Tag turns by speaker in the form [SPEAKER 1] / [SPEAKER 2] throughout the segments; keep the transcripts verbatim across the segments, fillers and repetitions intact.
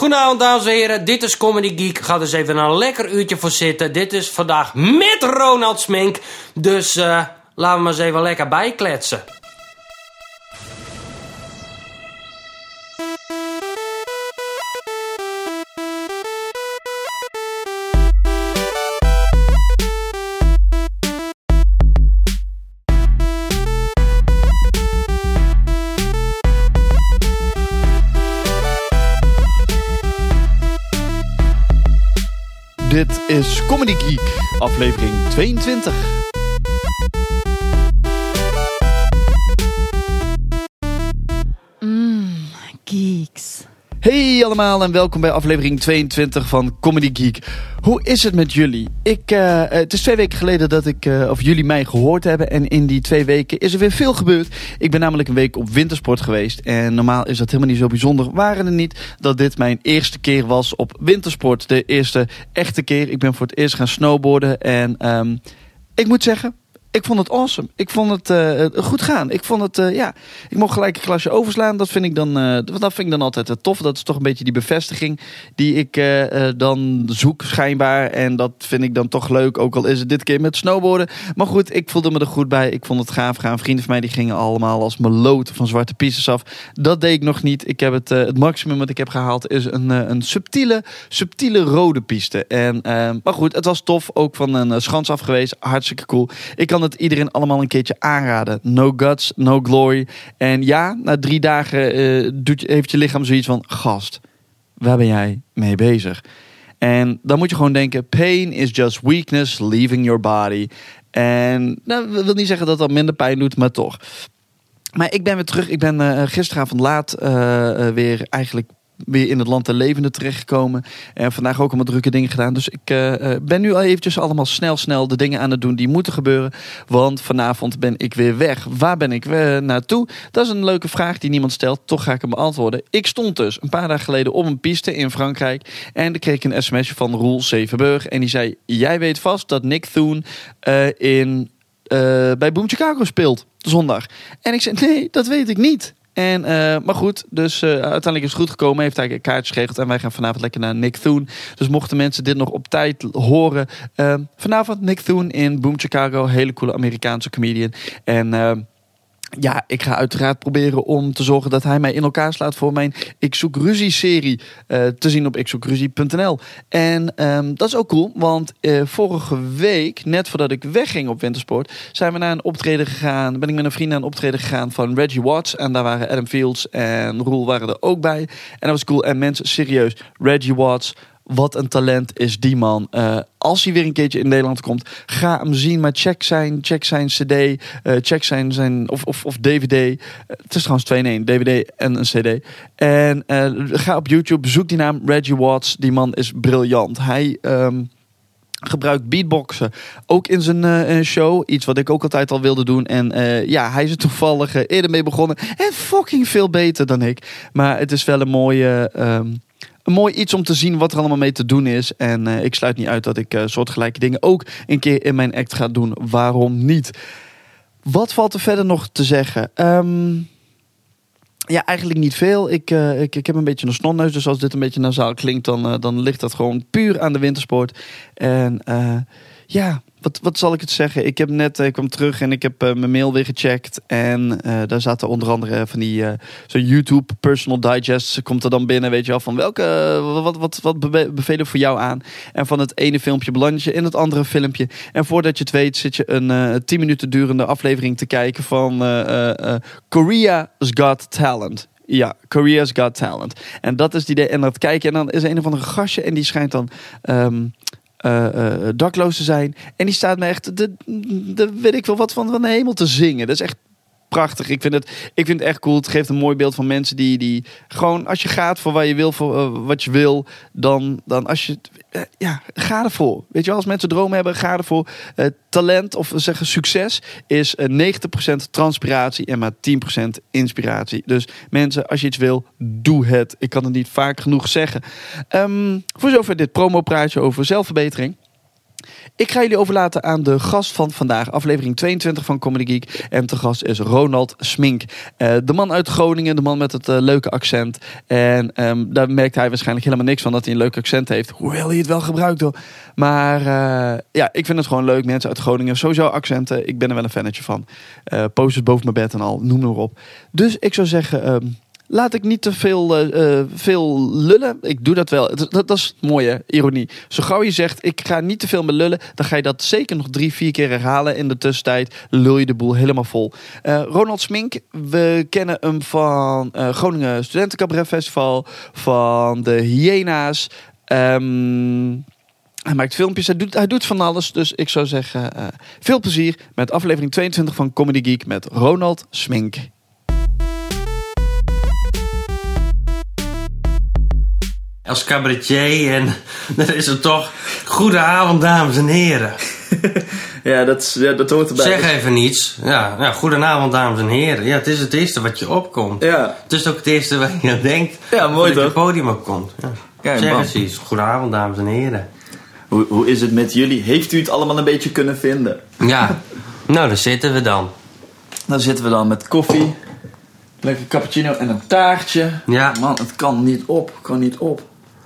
[SPEAKER 1] Goedenavond, dames en heren. Dit is Comedy Geek. Ga dus even een lekker uurtje voor zitten. Dit is vandaag met Ronald Smink. Dus uh, laten we maar eens even lekker bijkletsen.
[SPEAKER 2] Dit is Comedy Geek, aflevering tweeëntwintig.
[SPEAKER 3] Mmm, geeks.
[SPEAKER 2] Hey allemaal en welkom bij aflevering tweeëntwintig van Comedy Geek. Hoe is het met jullie? Ik, uh, het is twee weken geleden dat ik, uh, of jullie mij gehoord hebben. En in die twee weken is er weer veel gebeurd. Ik ben namelijk een week op wintersport geweest. En normaal is dat helemaal niet zo bijzonder. Waren het niet dat dit mijn eerste keer was op wintersport. De eerste echte keer. Ik ben voor het eerst gaan snowboarden. En um, ik moet zeggen, ik vond het awesome. Ik vond het uh, goed gaan. Ik vond het, uh, ja, ik mocht gelijk een klasje overslaan. Dat vind ik dan, uh, dat vind ik dan altijd uh, tof. Dat is toch een beetje die bevestiging die ik uh, uh, dan zoek schijnbaar. En dat vind ik dan toch leuk. Ook al is het dit keer met snowboarden. Maar goed, ik voelde me er goed bij. Ik vond het gaaf gaan. Vrienden van mij die gingen allemaal als meloten van zwarte pistes af. Dat deed ik nog niet. Ik heb het, uh, het maximum wat ik heb gehaald is een, uh, een subtiele, subtiele rode piste. En, uh, maar goed, het was tof. Ook van een uh, schans af geweest. Hartstikke cool. Ik kan het iedereen allemaal een keertje aanraden. No guts, no glory. En ja, na drie dagen uh, doet, heeft je lichaam zoiets van, gast, waar ben jij mee bezig? En dan moet je gewoon denken, pain is just weakness leaving your body. En nou, dat wil niet zeggen dat dat minder pijn doet, maar toch. Maar ik ben weer terug. Ik ben uh, gisteravond laat uh, uh, weer eigenlijk weer in het land der levenden terechtgekomen. En vandaag ook allemaal drukke dingen gedaan. Dus ik uh, ben nu al eventjes allemaal snel snel de dingen aan het doen die moeten gebeuren. Want vanavond ben ik weer weg. Waar ben ik uh, naartoe? Dat is een leuke vraag die niemand stelt. Toch ga ik hem beantwoorden. Ik stond dus een paar dagen geleden op een piste in Frankrijk. En dan kreeg ik een sms'je van Roel Zevenburg. En die zei, jij weet vast dat Nick Thune uh, in, uh, bij Boom Chicago speelt. Zondag. En ik zei, nee, dat weet ik niet. En, uh, maar goed, dus uh, uiteindelijk is het goed gekomen. Heeft hij kaartjes geregeld en wij gaan vanavond lekker naar Nick Thune. Dus mochten mensen dit nog op tijd horen. Uh, vanavond Nick Thune in Boom Chicago. Hele coole Amerikaanse comedian. En uh, ja, ik ga uiteraard proberen om te zorgen dat hij mij in elkaar slaat voor mijn Ik Zoek Ruzie serie. Uh, te zien op ik zoek ruzie punt n l. En um, dat is ook cool, want uh, vorige week, net voordat ik wegging op wintersport, zijn we naar een optreden gegaan. Ben ik met een vriend naar een optreden gegaan van Reggie Watts. En daar waren Adam Fields en Roel waren er ook bij. En dat was cool. En mensen, serieus, Reggie Watts, wat een talent is die man. Uh, als hij weer een keertje in Nederland komt, ga hem zien. Maar check zijn, check zijn cd, uh, check zijn, zijn of, of, of D V D. Uh, het is trouwens twee in één, D V D en een cd. En uh, ga op YouTube, zoek die naam Reggie Watts. Die man is briljant. Hij Um, gebruikt beatboxen ook in zijn uh, show. Iets wat ik ook altijd al wilde doen. En uh, ja, hij is er toevallig uh, eerder mee begonnen. En fucking veel beter dan ik. Maar het is wel een mooie Um, Een mooi iets om te zien wat er allemaal mee te doen is. En uh, ik sluit niet uit dat ik uh, soortgelijke dingen ook een keer in mijn act ga doen. Waarom niet? Wat valt er verder nog te zeggen? Um, ja, eigenlijk niet veel. Ik, uh, ik, ik heb een beetje een snotneus. Dus als dit een beetje nasaal klinkt, dan, uh, dan ligt dat gewoon puur aan de wintersport. En uh, ja, wat, wat zal ik het zeggen? Ik heb net, ik kwam terug en ik heb uh, mijn mail weer gecheckt. En uh, daar zaten onder andere van die uh, zo'n YouTube personal digest. Komt er dan binnen, weet je wel, van welke, uh, wat, wat, wat be- bevelen voor jou aan? En van het ene filmpje beland je in het andere filmpje. En voordat je het weet zit je een uh, tien minuten durende aflevering te kijken van uh, uh, uh, Korea's Got Talent. Ja, Korea's Got Talent. En dat is die idee. En dat kijken. En dan is er een of andere gastje en die schijnt dan Um, Uh, uh, dakloos te zijn. En die staat me echt de, de weet ik wel wat van, van de hemel te zingen. Dat is echt prachtig. Ik vind het, ik vind het echt cool. Het geeft een mooi beeld van mensen die, die gewoon, als je gaat voor waar je wil, voor uh, wat je wil, dan, dan als je, uh, ja, ga ervoor. Weet je wel, als mensen dromen hebben, ga ervoor. Uh, talent, of zeggen succes, is uh, negentig procent transpiratie en maar tien procent inspiratie. Dus mensen, als je iets wil, doe het. Ik kan het niet vaak genoeg zeggen. Um, voor zover dit promopraatje over zelfverbetering. Ik ga jullie overlaten aan de gast van vandaag. Aflevering tweeëntwintig van Comedy Geek. En te gast is Ronald Smink. Uh, de man uit Groningen. De man met het uh, leuke accent. En um, daar merkt hij waarschijnlijk helemaal niks van dat hij een leuk accent heeft. Hoewel hij het wel gebruikt hoor. Maar uh, ja, ik vind het gewoon leuk. Mensen uit Groningen. Sowieso accenten. Ik ben er wel een fannetje van. Uh, posters boven mijn bed en al. Noem maar op. Dus ik zou zeggen... Um, Laat ik niet te veel, uh, veel lullen. Ik doe dat wel. Dat, dat, dat is mooie ironie. Zo gauw je zegt, ik ga niet te veel meer lullen... dan ga je dat zeker nog drie, vier keer herhalen. In de tussentijd lul je de boel helemaal vol. Uh, Ronald Smink, we kennen hem van uh, Groningen Studentencabaret Festival... van de Hyena's. Um, hij maakt filmpjes, hij doet, hij doet van alles. Dus ik zou zeggen, uh, veel plezier met aflevering tweeëntwintig van Comedy Geek... met Ronald Smink.
[SPEAKER 1] Als cabaretier en dan is het toch... Goedenavond, dames en heren.
[SPEAKER 2] Ja, dat, ja, dat hoort erbij.
[SPEAKER 1] Zeg even niets. Ja, ja, goedenavond, dames en heren. Ja, het is het eerste wat je opkomt.
[SPEAKER 2] Ja.
[SPEAKER 1] Het is ook het eerste wat je aan denkt.
[SPEAKER 2] Ja, mooi toch?
[SPEAKER 1] Dat je het podium opkomt. Ja.
[SPEAKER 2] Ja,
[SPEAKER 1] zeg eens iets. Goedenavond, dames en heren.
[SPEAKER 4] Hoe, hoe is het met jullie? Heeft u het allemaal een beetje kunnen vinden?
[SPEAKER 1] Ja, nou, daar zitten we dan.
[SPEAKER 4] Dan zitten we dan met koffie, lekker cappuccino en een taartje.
[SPEAKER 1] Ja.
[SPEAKER 4] Man, het kan niet op, kan niet op.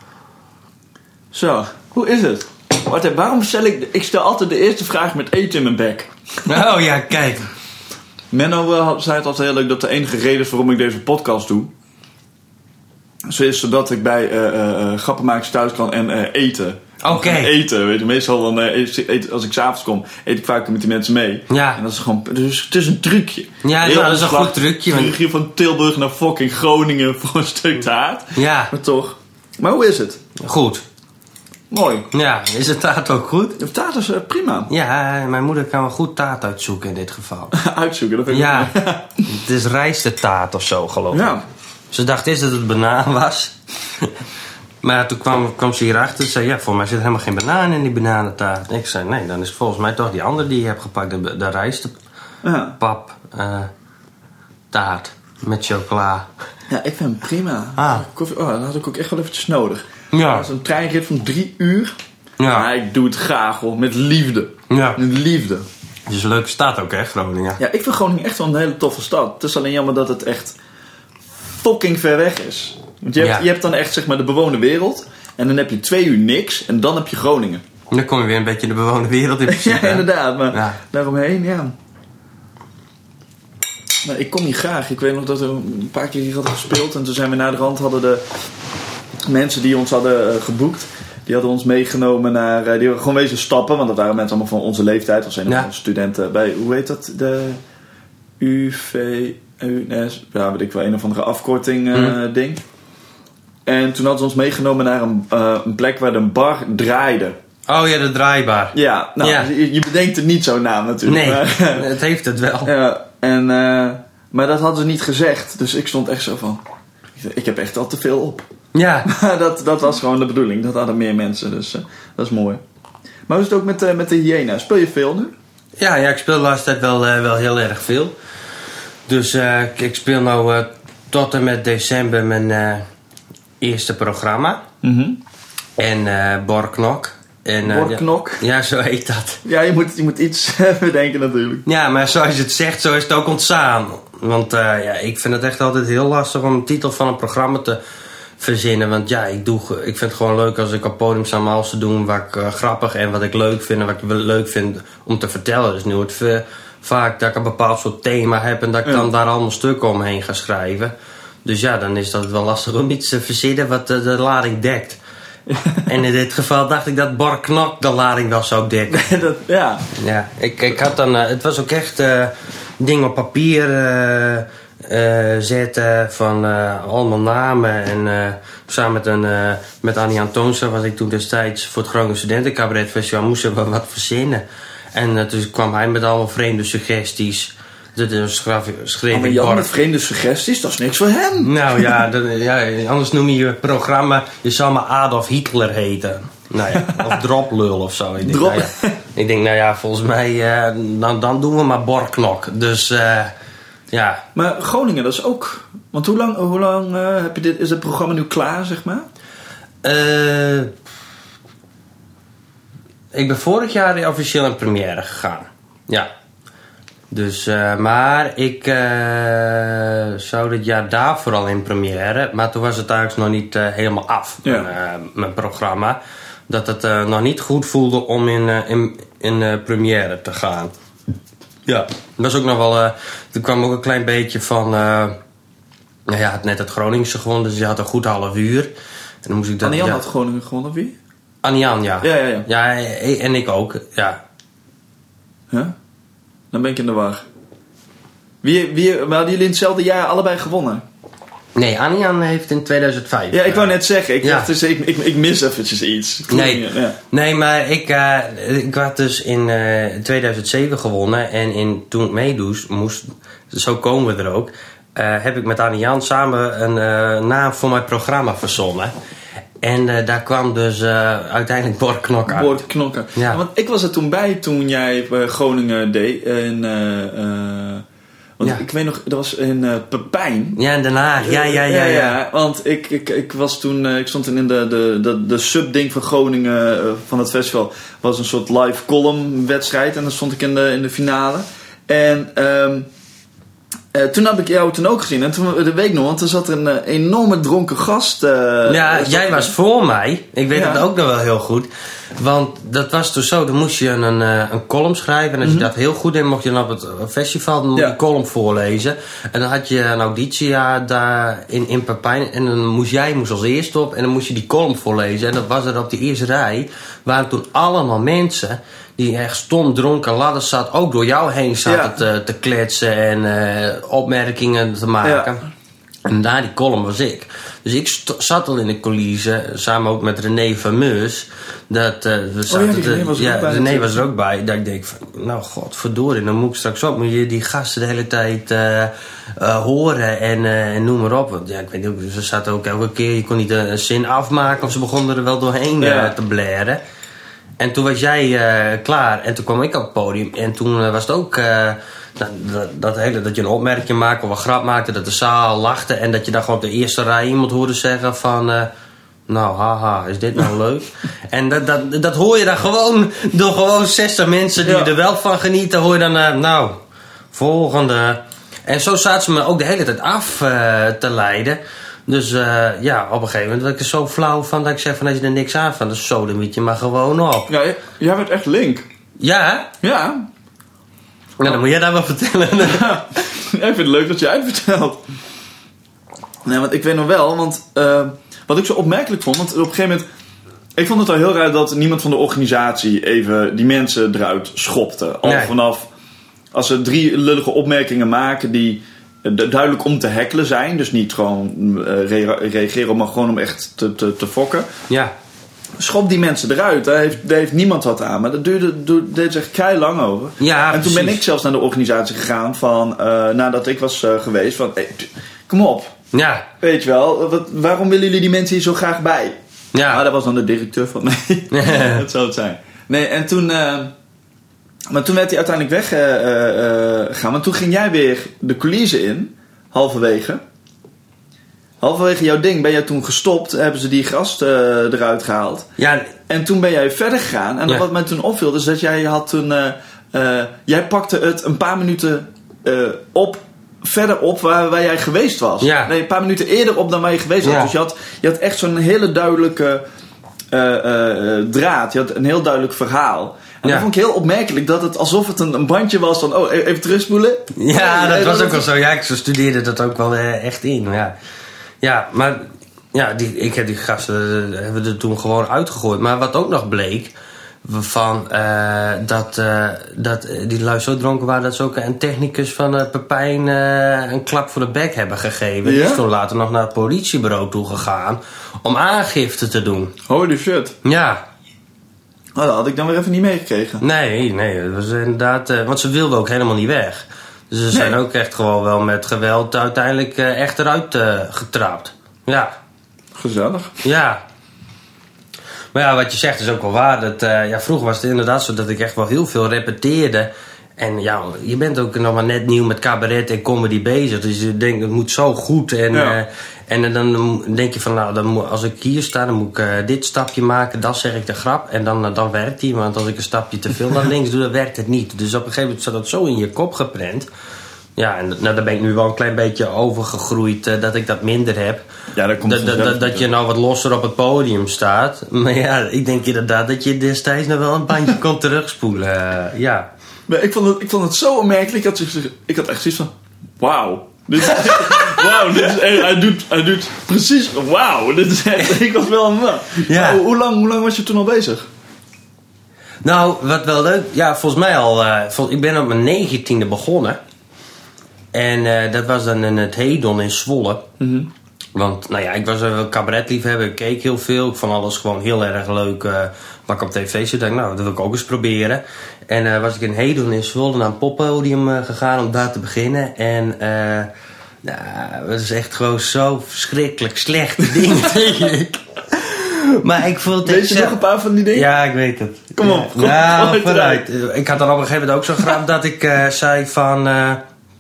[SPEAKER 4] Zo, hoe is het? Wacht, waarom stel ik... Ik stel altijd de eerste vraag met eten in mijn bek.
[SPEAKER 1] Oh ja, kijk.
[SPEAKER 4] Menno uh, zei het altijd heel leuk dat de enige reden is waarom ik deze podcast doe... Zo is zodat ik bij uh, uh, grappenmakers thuis kan en uh, eten.
[SPEAKER 1] Oké. Okay.
[SPEAKER 4] Eten, weet je. Meestal dan, uh, eet, als ik s'avonds kom, eet ik vaak met die mensen mee.
[SPEAKER 1] Ja.
[SPEAKER 4] En dat is gewoon... Dus het is een trucje.
[SPEAKER 1] Ja,
[SPEAKER 4] heel
[SPEAKER 1] dat is een goed trucje.
[SPEAKER 4] Vlieg je van Tilburg naar fucking Groningen voor een stuk taart.
[SPEAKER 1] Ja.
[SPEAKER 4] Maar toch. Maar hoe is het?
[SPEAKER 1] Goed.
[SPEAKER 4] Mooi.
[SPEAKER 1] Ja, is het taart ook goed?
[SPEAKER 4] De taart is uh, prima.
[SPEAKER 1] Ja, mijn moeder kan wel goed taart uitzoeken in dit geval.
[SPEAKER 4] Uitzoeken, dat vind ik
[SPEAKER 1] ja, het is rijstetaart of zo, geloof ik.
[SPEAKER 4] Ja.
[SPEAKER 1] Ze dacht eerst dat het banaan was. Maar toen kwam, kwam ze hierachter en zei... Ja, voor mij zit helemaal geen banaan in die bananentaart. En ik zei, nee, dan is het volgens mij toch die andere die je hebt gepakt. De, de rijstpap uh, taart met chocola.
[SPEAKER 4] Ja, ik vind hem prima.
[SPEAKER 1] Ah.
[SPEAKER 4] Koffie, oh, dat had ik ook echt wel eventjes nodig.
[SPEAKER 1] Ja.
[SPEAKER 4] Dat is een treinrit van drie uur.
[SPEAKER 1] Ja.
[SPEAKER 4] Maar ik doe het graag hoor, met liefde.
[SPEAKER 1] Ja.
[SPEAKER 4] Met liefde.
[SPEAKER 1] Het is een leuke stad ook, hè, Groningen.
[SPEAKER 4] Ja, ik vind Groningen echt wel een hele toffe stad. Het is alleen jammer dat het echt fucking ver weg is. Want je hebt,
[SPEAKER 1] Ja.
[SPEAKER 4] je hebt dan echt zeg maar de bewoonde wereld. En dan heb je twee uur niks. En dan heb je Groningen.
[SPEAKER 1] Dan kom je weer een beetje in de bewoonde wereld in principe.
[SPEAKER 4] Ja, inderdaad. Maar
[SPEAKER 1] Ja.
[SPEAKER 4] daaromheen, ja. Maar ik kom hier graag. Ik weet nog dat we een paar keer hier hadden gespeeld. En toen zijn we naar de rand hadden de mensen die ons hadden uh, geboekt. Die hadden ons meegenomen naar... Uh, die hadden gewoon wezen stappen. Want dat waren mensen allemaal van onze leeftijd. Of zijn
[SPEAKER 1] Ja.
[SPEAKER 4] nog studenten bij... Hoe heet dat? De U V... U N S... Ja, weet ik wel. Een of andere afkorting uh,
[SPEAKER 1] Hmm.
[SPEAKER 4] ding. En toen hadden ze ons meegenomen naar een, uh, een plek waar de bar draaide.
[SPEAKER 1] Oh ja, de draaibaar.
[SPEAKER 4] Ja, nou,
[SPEAKER 1] Ja.
[SPEAKER 4] Je, je bedenkt het niet zo'n naam natuurlijk.
[SPEAKER 1] Nee,
[SPEAKER 4] Maar,
[SPEAKER 1] het heeft het wel.
[SPEAKER 4] ja, en, uh, maar dat hadden ze niet gezegd. Dus ik stond echt zo van... Ik heb echt al te veel op.
[SPEAKER 1] Ja.
[SPEAKER 4] Maar dat, dat was gewoon de bedoeling. Dat hadden meer mensen. Dus uh, dat is mooi. Maar hoe is het ook met, uh, met de Hyena? Speel je veel nu?
[SPEAKER 1] Ja, ja, ik speel de laatste tijd wel, uh, wel heel erg veel. Dus uh, ik, ik speel nou uh, tot en met december mijn uh, eerste programma.
[SPEAKER 4] Mm-hmm.
[SPEAKER 1] En uh, Borknok. En, uh,
[SPEAKER 4] Borknok?
[SPEAKER 1] Ja, ja, zo heet dat.
[SPEAKER 4] Ja, je moet, je moet iets bedenken natuurlijk.
[SPEAKER 1] Ja, maar zoals je het zegt, zo is het ook ontstaan. Want uh, ja, ik vind het echt altijd heel lastig om een titel van een programma te verzinnen. Want ja, ik, doe, ik vind het gewoon leuk als ik op podium sta om alles te doen wat ik uh, grappig en wat ik leuk vind en wat ik leuk vind om te vertellen. Dus nu wordt het vaak dat ik een bepaald soort thema heb en dat ik
[SPEAKER 4] ja.
[SPEAKER 1] dan daar allemaal stukken omheen ga schrijven. Dus ja, dan is dat wel lastig om iets te verzinnen wat de, de lading dekt. En in dit geval dacht ik dat Borknok de lading wel zou dekken.
[SPEAKER 4] dat, ja.
[SPEAKER 1] Ja, ik, ik had dan... Uh, het was ook echt uh, dingen op papier uh, uh, zetten van uh, allemaal namen. En uh, samen met, een, uh, met Annie Antoonsen was ik toen destijds voor het Groningen Studentencabaret Festival moesten we wat verzinnen. En uh, dus kwam hij met allemaal vreemde suggesties. Dus schreef, schreef
[SPEAKER 4] Oh, maar
[SPEAKER 1] ik
[SPEAKER 4] Jan
[SPEAKER 1] Bork.
[SPEAKER 4] met vreemde suggesties, dat is niks voor hem.
[SPEAKER 1] Nou ja, dan, ja, anders noem je je programma... Je zal maar Adolf Hitler heten. Nou ja, of Droplul of zo. Ik denk,
[SPEAKER 4] Drop.
[SPEAKER 1] nou ja, ik denk, nou ja, volgens mij... Uh, dan, dan doen we maar Borknok. Dus uh, ja...
[SPEAKER 4] Maar Groningen, dat is ook... Want hoe lang, hoe lang uh, heb je dit, is het programma nu klaar, zeg maar?
[SPEAKER 1] Uh, ik ben vorig jaar officieel in première gegaan. Ja. Dus, uh, maar ik uh, zou dit jaar daar vooral in première. Maar toen was het eigenlijk nog niet uh, helemaal af.
[SPEAKER 4] Ja.
[SPEAKER 1] Mijn, uh, mijn programma. Dat het uh, nog niet goed voelde om in, uh, in, in uh, première te gaan. Ja. Dat was ook nog wel... Uh, er kwam ook een klein beetje van... Uh, nou ja, had net het Groningse gewonnen. Dus je had een goed half uur. En dan moest ik dat...
[SPEAKER 4] Annie-Jan
[SPEAKER 1] ja,
[SPEAKER 4] had Groningen gewonnen, of wie?
[SPEAKER 1] Annie-Jan, ja.
[SPEAKER 4] Ja, ja, ja.
[SPEAKER 1] Ja, en ik ook, ja.
[SPEAKER 4] Huh? Dan ben ik in de war. Wie, wie, maar hadden jullie in hetzelfde jaar allebei gewonnen?
[SPEAKER 1] Nee, Annie-Jan heeft in tweeduizend vijf.
[SPEAKER 4] Ja, ik wou net zeggen. Ik,
[SPEAKER 1] Ja.
[SPEAKER 4] dacht dus, ik, ik, ik mis eventjes iets.
[SPEAKER 1] Nee,
[SPEAKER 4] Ja.
[SPEAKER 1] nee, maar ik, uh, ik had dus in uh, tweeduizend zeven gewonnen. En in, toen ik meedoes, moest, zo komen we er ook... Uh, heb ik met Annie-Jan samen een uh, naam voor mijn programma verzonnen. En uh, daar kwam dus uh, uiteindelijk Bord Knok uit.
[SPEAKER 4] Bord Knokken.
[SPEAKER 1] Ja.
[SPEAKER 4] Want ik was er toen bij toen jij uh, Groningen deed. In, uh, uh, want
[SPEAKER 1] Ja.
[SPEAKER 4] ik weet nog, dat was in uh, Pepijn.
[SPEAKER 1] Ja, in Den Haag. Ja, ja, ja. ja.
[SPEAKER 4] want ik, ik, ik was toen, uh, ik stond toen in de, de, de, de sub-ding van Groningen uh, van het festival. Was een soort live column wedstrijd en dan stond ik in de, in de finale. En um, uh, toen heb ik jou toen ook gezien. En toen de week nog, want er zat een uh, enorme dronken gast. Uh,
[SPEAKER 1] Ja, jij was voor mij. Ik weet
[SPEAKER 4] Ja.
[SPEAKER 1] het ook nog wel heel goed. Want dat was toen zo, dan moest je een, uh, een column schrijven. En als je dat heel goed deed, mocht je dan op het festival dan
[SPEAKER 4] Ja.
[SPEAKER 1] die column voorlezen. En dan had je een auditie ja, daar in, in Pepijn. En dan moest jij moest als eerste op. En dan moest je die column voorlezen. En dat was er op die eerste rij. Waren toen allemaal mensen die echt stom dronken ladder zat. Ook door jou heen zaten
[SPEAKER 4] Ja.
[SPEAKER 1] te, te kletsen en uh, opmerkingen te maken.
[SPEAKER 4] Ja.
[SPEAKER 1] En daar die column was ik. Dus ik st- zat al in de coulissen, samen ook met René Fameus. Dat, uh, we zaten
[SPEAKER 4] die
[SPEAKER 1] te-
[SPEAKER 4] René was er
[SPEAKER 1] ja,
[SPEAKER 4] ook bij
[SPEAKER 1] René
[SPEAKER 4] natuurlijk.
[SPEAKER 1] was er ook bij. Dat ik denk, van, nou godverdorie, dan moet ik straks op. Moet je die gasten de hele tijd uh, uh, horen en, uh, en noem maar op. Want ja, ik weet niet, ze zaten ook elke keer, je kon niet een, een zin afmaken. Of ze begonnen er wel doorheen uh,
[SPEAKER 4] Ja.
[SPEAKER 1] te blaren. En toen was jij uh, klaar en toen kwam ik op het podium. En toen uh, was het ook... Uh, Dat, dat, dat, hele, dat je een opmerking maakte of een grap maakte, dat de zaal lachte en dat je dan gewoon op de eerste rij iemand hoorde zeggen van... Uh, nou, haha, is dit nou leuk? En dat, dat, dat hoor je dan gewoon door gewoon zestig mensen die
[SPEAKER 4] Ja.
[SPEAKER 1] er wel van genieten, hoor je dan, uh, nou, volgende. En zo zaten ze me ook de hele tijd af uh, te leiden. Dus uh, ja, op een gegeven moment werd ik er zo flauw van dat ik zeg van als je er niks aan van, dus zo, dan moet je maar gewoon op.
[SPEAKER 4] Ja, j- jij werd echt link.
[SPEAKER 1] Ja,
[SPEAKER 4] Ja.
[SPEAKER 1] nou, dan moet jij dat wel vertellen.
[SPEAKER 4] Ja, ik vind het leuk dat jij het vertelt. Nee, want ik weet nog wel, want uh, wat ik zo opmerkelijk vond, want op een gegeven moment, ik vond het al heel raar dat niemand van de organisatie even die mensen eruit schopte. Al
[SPEAKER 1] Nee.
[SPEAKER 4] vanaf, als ze drie lullige opmerkingen maken die uh, duidelijk om te heckelen zijn, dus niet gewoon uh, re- reageren, maar gewoon om echt te, te, te fokken.
[SPEAKER 1] Ja.
[SPEAKER 4] Schop die mensen eruit, daar heeft, daar heeft niemand wat aan. Maar dat duurde, duurde, deed zich kei lang over.
[SPEAKER 1] Ja,
[SPEAKER 4] en toen ben
[SPEAKER 1] precies.
[SPEAKER 4] ik zelfs naar de organisatie gegaan van, uh, nadat ik was uh, geweest, van, hey, t- kom op,
[SPEAKER 1] Ja,
[SPEAKER 4] weet je wel, wat, waarom willen jullie die mensen hier zo graag bij?
[SPEAKER 1] ja.
[SPEAKER 4] Ah, dat was dan de directeur van, nee, dat zou het zijn. Nee, en toen, uh, maar toen werd hij uiteindelijk weggegaan, uh, uh, maar toen ging jij weer de coulissen in, halverwege. Halverwege jouw ding ben jij toen gestopt, hebben ze die gast uh, eruit gehaald.
[SPEAKER 1] Ja,
[SPEAKER 4] En toen ben jij verder gegaan. En
[SPEAKER 1] Ja.
[SPEAKER 4] wat mij toen opviel, is dat jij had toen... Uh, uh, jij pakte het een paar minuten uh, op, verder op waar, waar jij geweest was.
[SPEAKER 1] Ja.
[SPEAKER 4] Nee, een paar minuten eerder op dan waar je geweest was.
[SPEAKER 1] Ja.
[SPEAKER 4] Dus je had, je had echt zo'n hele duidelijke uh, uh, draad. Je had een heel duidelijk verhaal. En
[SPEAKER 1] Ja.
[SPEAKER 4] dat vond ik heel opmerkelijk, dat het alsof het een, een bandje was van... Oh, even terugspoelen.
[SPEAKER 1] ja,
[SPEAKER 4] Oh,
[SPEAKER 1] dat
[SPEAKER 4] nee,
[SPEAKER 1] was ook wel zo. Ja, ik studeerde dat ook wel uh, echt in. Ja, ja maar ja, die, ik heb die gasten uh, hebben er toen gewoon uitgegooid. Maar wat ook nog bleek, van, uh, dat, uh, dat uh, die lui zo dronken waren dat ze ook een technicus van uh, Pepijn uh, een klap voor de bek hebben gegeven.
[SPEAKER 4] Ja?
[SPEAKER 1] Die is toen later nog naar het politiebureau toe gegaan om aangifte te doen.
[SPEAKER 4] Holy shit.
[SPEAKER 1] Ja,
[SPEAKER 4] Oh, dat had ik dan weer even niet meegekregen.
[SPEAKER 1] nee, nee, dat was inderdaad, uh, want ze wilden ook helemaal niet weg. Dus ze zijn
[SPEAKER 4] Nee.
[SPEAKER 1] ook echt gewoon wel met geweld uiteindelijk uh, echt eruit uh, getrapt. Ja,
[SPEAKER 4] Gezellig.
[SPEAKER 1] ja. Maar ja, wat je zegt is ook wel waar. Dat, uh, ja, vroeger was het inderdaad zo dat ik echt wel heel veel repeteerde. En ja, je bent ook nog maar net nieuw met cabaret en comedy bezig. Dus je denkt, het moet zo goed. En,
[SPEAKER 4] Ja.
[SPEAKER 1] uh, en dan denk je van, nou, dan moet, als ik hier sta, dan moet ik uh, dit stapje maken. Dan zeg ik de grap en dan, uh, dan werkt die. Want als ik een stapje te veel naar links doe, dan werkt het niet. Dus op een gegeven moment staat dat zo in je kop geprent. Ja, en nou, daar ben ik nu wel een klein beetje overgegroeid, uh, dat ik dat minder heb.
[SPEAKER 4] Ja, dat komt
[SPEAKER 1] dat, dat, dat, dat je nou wat losser op het podium staat. Maar ja, ik denk inderdaad dat je destijds nog wel een bandje kon terugspoelen. Uh, ja.
[SPEAKER 4] Maar ik vond het, ik vond het zo opmerkelijk. Ik had, zoiets- ik had echt zoiets van... Wauw. Dit is echt... Wauw. Dit is echt, hij, doet, hij doet precies... Wauw. Dit is echt... Ik was wel een...
[SPEAKER 1] Ja.
[SPEAKER 4] Maar hoe, hoe, lang, hoe lang was je toen al bezig?
[SPEAKER 1] Nou, wat wel leuk... Ja, volgens mij al... Uh, vol, ik ben op mijn negentiende begonnen. En uh, dat was dan in het Hedon in Zwolle.
[SPEAKER 4] Mm-hmm.
[SPEAKER 1] Want, nou ja, ik was een cabaretliefhebber. Ik keek heel veel. Ik vond alles gewoon heel erg leuk. Uh, wat ik op tv zit, dacht ik, nou, dat wil ik ook eens proberen. En uh, was ik in Hedon in Zwolle naar een poppodium uh, gegaan om daar te beginnen. En... Uh, nou, dat is echt gewoon zo verschrikkelijk slechte dingen, denk ik. Maar ik voelde...
[SPEAKER 4] Weet je nog een paar van die dingen?
[SPEAKER 1] Ja, ik weet het.
[SPEAKER 4] Kom op, kom,
[SPEAKER 1] nou,
[SPEAKER 4] kom
[SPEAKER 1] vooruit. Ik had dan op een gegeven moment ook zo'n grap dat ik uh, zei van... Uh,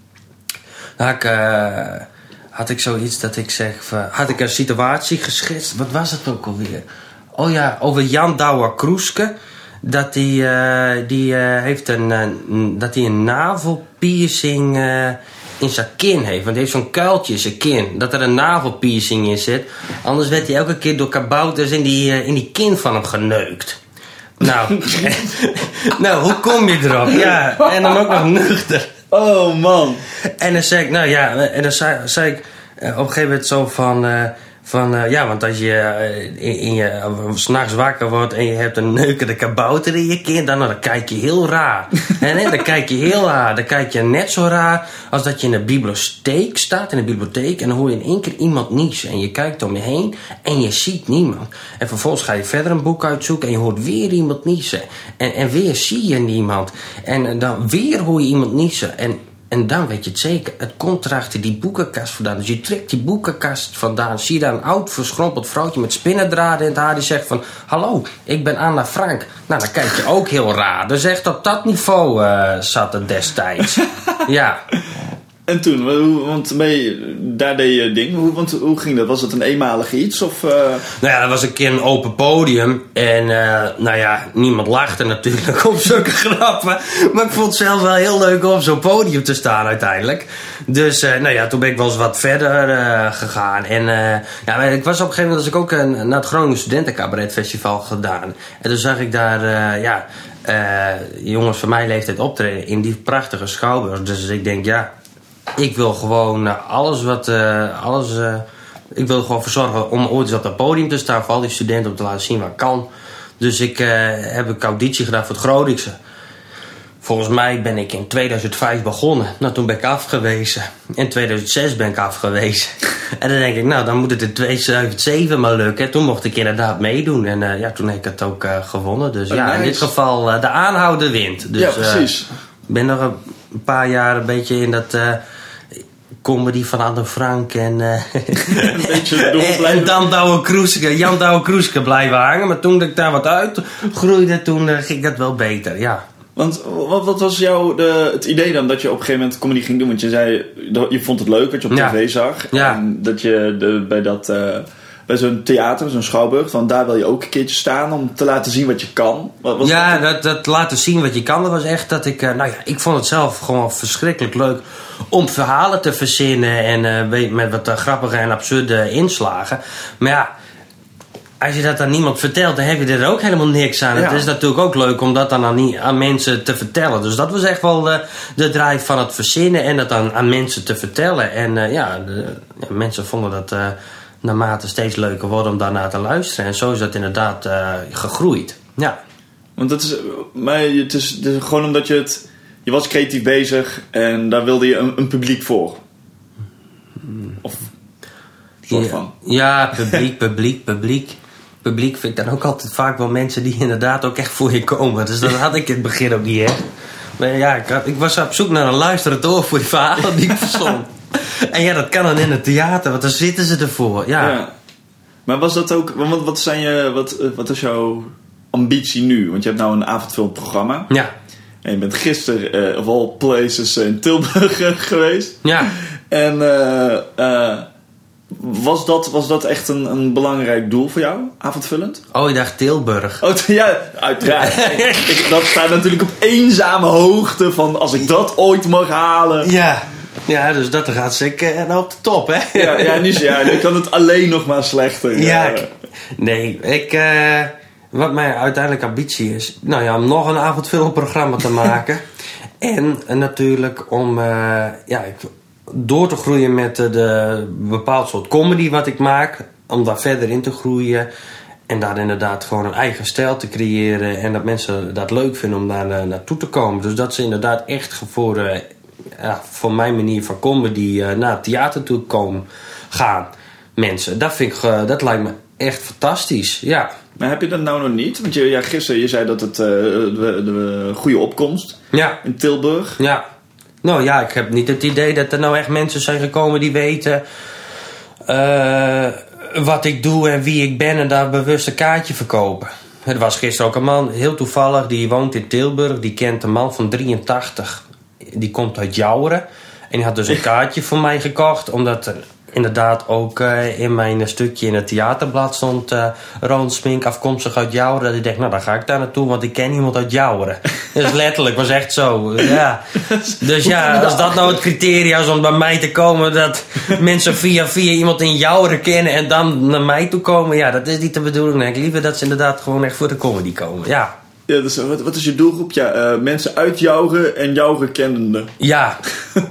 [SPEAKER 1] had, ik, uh, had ik zoiets dat ik zeg... Van, had ik een situatie geschetst. Wat was het ook alweer? Oh ja, over Jan Douwe Kroeske. Dat hij uh, die, uh, heeft een, uh, dat hij een navelpiercing... Uh, in zijn kin heeft. Want hij heeft zo'n kuiltje in zijn kin. Dat er een navelpiercing in zit. Anders werd hij elke keer door kabouters in die, uh, in die kin van hem geneukt. Nou, nou, hoe kom je erop? Ja, en dan ook nog nuchter.
[SPEAKER 4] Oh man.
[SPEAKER 1] En dan zei ik, nou ja, en dan zei, zei ik uh, op een gegeven moment zo van... Uh, Van, uh, ja, want als je uh, in, in je, uh, 's nachts wakker wordt en je hebt een neukende kabouter in je kin, dan, dan kijk je heel raar. En nee, dan kijk je heel raar. Dan kijk je net zo raar als dat je in de bibliotheek staat, in de bibliotheek, en dan hoor je in één keer iemand niezen. En je kijkt om je heen en je ziet niemand. En vervolgens ga je verder een boek uitzoeken en je hoort weer iemand niezen. En, en weer zie je niemand. En uh, dan weer hoor je iemand niezen. En En dan weet je het zeker. Het komt er achter die boekenkast vandaan. Dus je trekt die boekenkast vandaan. Zie je daar een oud verschrompeld vrouwtje met spinnendraden in het haar. Die zegt van, hallo, ik ben Anna Frank. Nou, dan kijk je ook heel raar. Dus echt op dat niveau uh, zat het destijds. Ja.
[SPEAKER 4] En toen, want mee, daar deed je ding. Hoe, want hoe ging dat? Was het een eenmalig iets? Of, uh...
[SPEAKER 1] Nou ja, dat was een keer een open podium. En uh, nou ja, niemand lachte natuurlijk op zulke grappen. Maar ik vond het zelf wel heel leuk om op zo'n podium te staan uiteindelijk. Dus uh, nou ja, toen ben ik wel eens wat verder uh, gegaan. En uh, ja, ik was op een gegeven moment, als ik ook uh, naar het Groningen Studentencabaret Festival gedaan. En toen zag ik daar, uh, ja, uh, jongens van mijn leeftijd optreden in die prachtige schouwburg. Dus ik denk, ja... Ik wil gewoon uh, alles wat... Uh, alles, uh, ik wil er gewoon voor zorgen om ooit eens op dat podium te staan. Voor al die studenten om te laten zien wat ik kan. Dus ik uh, heb een auditie gedaan voor het Groningse. Volgens mij ben ik in tweeduizend vijf begonnen. Nou, toen ben ik afgewezen. In tweeduizend zes ben ik afgewezen. En dan denk ik, nou, dan moet het in tweeduizend zeven maar lukken. Toen mocht ik inderdaad meedoen. En uh, ja, toen heb ik het ook uh, gewonnen. Dus
[SPEAKER 4] oh,
[SPEAKER 1] ja,
[SPEAKER 4] nice.
[SPEAKER 1] In dit geval uh, de aanhouder wint. Dus,
[SPEAKER 4] ja, precies.
[SPEAKER 1] Ik uh, ben nog een paar jaar een beetje in dat... Uh, comedy van Anne Frank en, uh,
[SPEAKER 4] een beetje
[SPEAKER 1] en, en dan Douwe Kroeske, Jan Douwe Kroeske blijven hangen. Maar toen ik daar wat uit groeide, toen uh, ging dat wel beter, ja.
[SPEAKER 4] Want wat, wat was jouw de, het idee dan dat je op een gegeven moment comedy ging doen? Want je zei, je vond het leuk wat je op
[SPEAKER 1] ja.
[SPEAKER 4] tv zag.
[SPEAKER 1] Ja.
[SPEAKER 4] En dat je de, bij, dat, uh, bij zo'n theater, zo'n schouwburg, van daar wil je ook een keertje staan om te laten zien wat je kan. Wat was
[SPEAKER 1] ja,
[SPEAKER 4] dat?
[SPEAKER 1] Dat, dat laten zien wat je kan, dat was echt dat ik... Uh, nou ja, ik vond het zelf gewoon verschrikkelijk leuk om verhalen te verzinnen en uh, met wat uh, grappige en absurde inslagen. Maar ja, als je dat aan niemand vertelt, dan heb je er ook helemaal niks aan.
[SPEAKER 4] Ja.
[SPEAKER 1] Het is natuurlijk ook leuk om dat dan aan, aan mensen te vertellen. Dus dat was echt wel uh, de drive van het verzinnen en dat aan, aan mensen te vertellen. En uh, ja, de, ja, mensen vonden dat uh, naarmate steeds leuker worden om daarnaar te luisteren. En zo is dat inderdaad uh, gegroeid. Ja.
[SPEAKER 4] Want het is, maar het is, het is gewoon omdat je het... Je was creatief bezig en daar wilde je een, een publiek voor. Of soort
[SPEAKER 1] ja,
[SPEAKER 4] van.
[SPEAKER 1] Ja, publiek, publiek, publiek. Publiek vind ik dan ook altijd vaak wel mensen die inderdaad ook echt voor je komen. Dus dat had ik in het begin ook niet echt. Maar ja, ik, had, ik was op zoek naar een luisterend oor voor die verhalen die ik verstond. En ja, dat kan dan in het theater, want dan zitten ze ervoor. Ja.
[SPEAKER 4] Ja. Maar was dat ook... Wat, wat, zijn je, wat, wat is jouw ambitie nu? Want je hebt nou een avondvullend programma.
[SPEAKER 1] Ja.
[SPEAKER 4] En je bent gisteren, uh, of all places, in Tilburg uh, geweest.
[SPEAKER 1] Ja.
[SPEAKER 4] En uh, uh, was, dat, was dat echt een, een belangrijk doel voor jou, avondvullend?
[SPEAKER 1] Oh, je dacht Tilburg.
[SPEAKER 4] Oh, ja, uiteraard. ik, dat staat natuurlijk op eenzame hoogte van als ik dat ooit mag halen.
[SPEAKER 1] Ja, ja, dus dat gaat zeker nou op de top, hè?
[SPEAKER 4] Ja, ja, nu, ja, nu kan het alleen nog maar slechter.
[SPEAKER 1] Ja,
[SPEAKER 4] ja.
[SPEAKER 1] ik, nee, ik... Uh, wat mijn uiteindelijke ambitie is... Nou ja, om nog een avondfilmprogramma te maken. En uh, natuurlijk om... Uh, ja, ik, door te groeien met de, de bepaald soort comedy wat ik maak. Om daar verder in te groeien. En daar inderdaad gewoon een eigen stijl te creëren. En dat mensen dat leuk vinden om daar uh, naartoe te komen. Dus dat ze inderdaad echt voor, uh, ja, voor mijn manier van comedy uh, naar het theater toe komen gaan. Mensen, dat, vind ik, uh, dat lijkt me echt fantastisch, ja.
[SPEAKER 4] Maar heb je dat nou nog niet? Want je, ja, gisteren je zei dat het uh, de, de goede opkomst
[SPEAKER 1] ja.
[SPEAKER 4] in Tilburg.
[SPEAKER 1] Ja. Nou ja, ik heb niet het idee dat er nou echt mensen zijn gekomen die weten uh, wat ik doe en wie ik ben en daar bewust een kaartje verkopen. Er was gisteren ook een man, heel toevallig, die woont in Tilburg. Die kent een man van drieëntachtig. Die komt uit Jouweren. En die had dus een kaartje voor mij gekocht, omdat er inderdaad ook uh, in mijn stukje in het theaterblad stond uh, Ron Smink afkomstig uit Jouweren. Dat ik dacht, nou dan ga ik daar naartoe, want ik ken iemand uit Jouweren. Dus letterlijk, was echt zo. Ja. Dus ja, als dat nou het criteria is om bij mij te komen, dat mensen via via iemand in Jouweren kennen en dan naar mij toe komen, ja, dat is niet de bedoeling. Nee, ik liever dat ze inderdaad gewoon echt voor de comedy komen. Ja.
[SPEAKER 4] Ja, dus wat, wat is je doelgroep? Ja, uh, mensen uit Jouweren en Jouweren kennende.
[SPEAKER 1] Ja.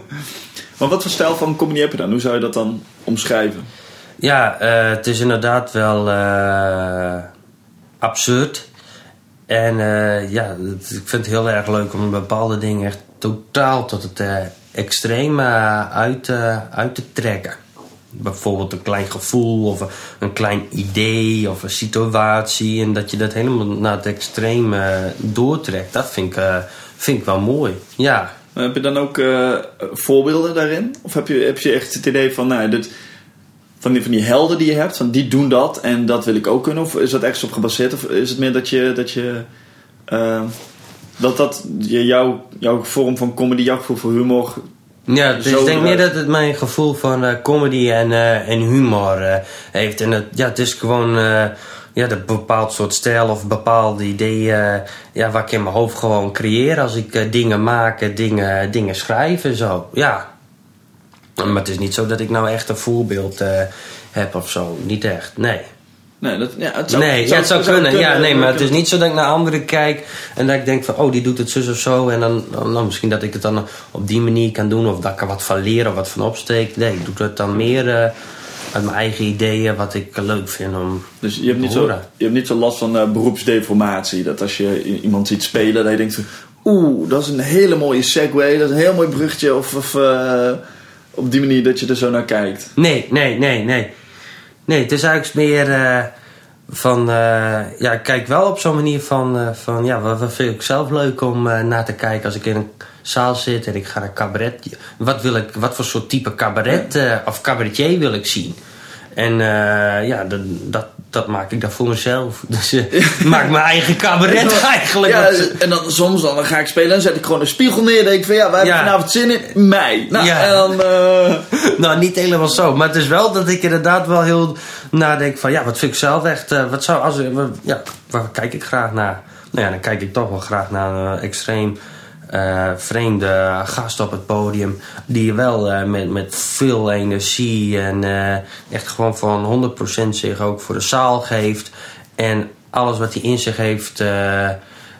[SPEAKER 4] Maar wat voor stijl van comedy heb je dan? Hoe zou je dat dan omschrijven?
[SPEAKER 1] Ja, uh, het is inderdaad wel uh, absurd. En uh, ja, het, ik vind het heel erg leuk om bepaalde dingen echt totaal tot het uh, extreme uit, uh, uit te trekken. Bijvoorbeeld een klein gevoel of een klein idee of een situatie. En dat je dat helemaal naar het extreme doortrekt. Dat vind ik, uh, vind ik wel mooi, ja.
[SPEAKER 4] Heb je dan ook uh, voorbeelden daarin? Of heb je, heb je echt het idee van, nou, dit, van, die, van die helden die je hebt, van die doen dat en dat wil ik ook kunnen? Of is dat ergens op gebaseerd? Of is het meer dat je, dat je, uh, dat, dat je jouw, jouw vorm van comedy, jouw gevoel voor humor...
[SPEAKER 1] Ja, dus ik denk meer dat het mijn gevoel van uh, comedy en, uh, en humor uh, heeft. En het, ja, het is gewoon... Uh, Ja, een bepaald soort stijl of bepaalde ideeën ja, waar ik in mijn hoofd gewoon creëer als ik uh, dingen maak, dingen, dingen schrijf en zo. Ja. Maar het is niet zo dat ik nou echt een voorbeeld uh, heb of zo. Niet echt, nee.
[SPEAKER 4] Nee, dat, ja, het zou,
[SPEAKER 1] nee,
[SPEAKER 4] het
[SPEAKER 1] ja, het zou,
[SPEAKER 4] zou
[SPEAKER 1] kunnen.
[SPEAKER 4] kunnen.
[SPEAKER 1] Ja, nee, maar het is
[SPEAKER 4] kunnen.
[SPEAKER 1] niet zo dat ik naar anderen kijk en dat ik denk van, oh, die doet het zus of zo. En dan, dan nou, misschien dat ik het dan op die manier kan doen of dat ik er wat van leer of wat van opsteek. Nee, ik doe het dan meer... Uh, uit mijn eigen ideeën, wat ik leuk vind om
[SPEAKER 4] dus je hebt niet
[SPEAKER 1] te
[SPEAKER 4] zo,
[SPEAKER 1] horen.
[SPEAKER 4] je hebt niet zo last van uh, beroepsdeformatie. Dat als je iemand ziet spelen, dat je denkt van... Oeh, dat is een hele mooie segue. Dat is een heel mooi bruggetje. Of, of uh, op die manier dat je er zo naar kijkt.
[SPEAKER 1] Nee, nee, nee, nee. Nee, het is eigenlijk meer uh, van... Uh, ja, ik kijk wel op zo'n manier van... Uh, van ja, wat, wat vind ik zelf leuk om uh, naar te kijken als ik in een zaal zit en ik ga naar cabaret. Wat, wil ik, wat voor soort type cabaret uh, of cabaretier wil ik zien? En uh, ja, dat, dat, dat maak ik dan voor mezelf. Dus uh, ik maak mijn eigen cabaret eigenlijk.
[SPEAKER 4] Ja, en dan soms dan, dan ga ik spelen en zet ik gewoon een spiegel neer. En denk ik van ja, wij hebben
[SPEAKER 1] ja.
[SPEAKER 4] vanavond zin in mei. Nou,
[SPEAKER 1] ja.
[SPEAKER 4] en dan... Uh...
[SPEAKER 1] nou, niet helemaal zo. Maar het is wel dat ik inderdaad wel heel nadenk van... ja, wat vind ik zelf echt... Uh, wat zou, als, uh, ja, waar kijk ik graag naar? Nou ja, dan kijk ik toch wel graag naar een uh, extreem... Uh, vreemde gast op het podium die wel uh, met, met veel energie en uh, echt gewoon van honderd procent zich ook voor de zaal geeft en alles wat hij in zich heeft uh, uh,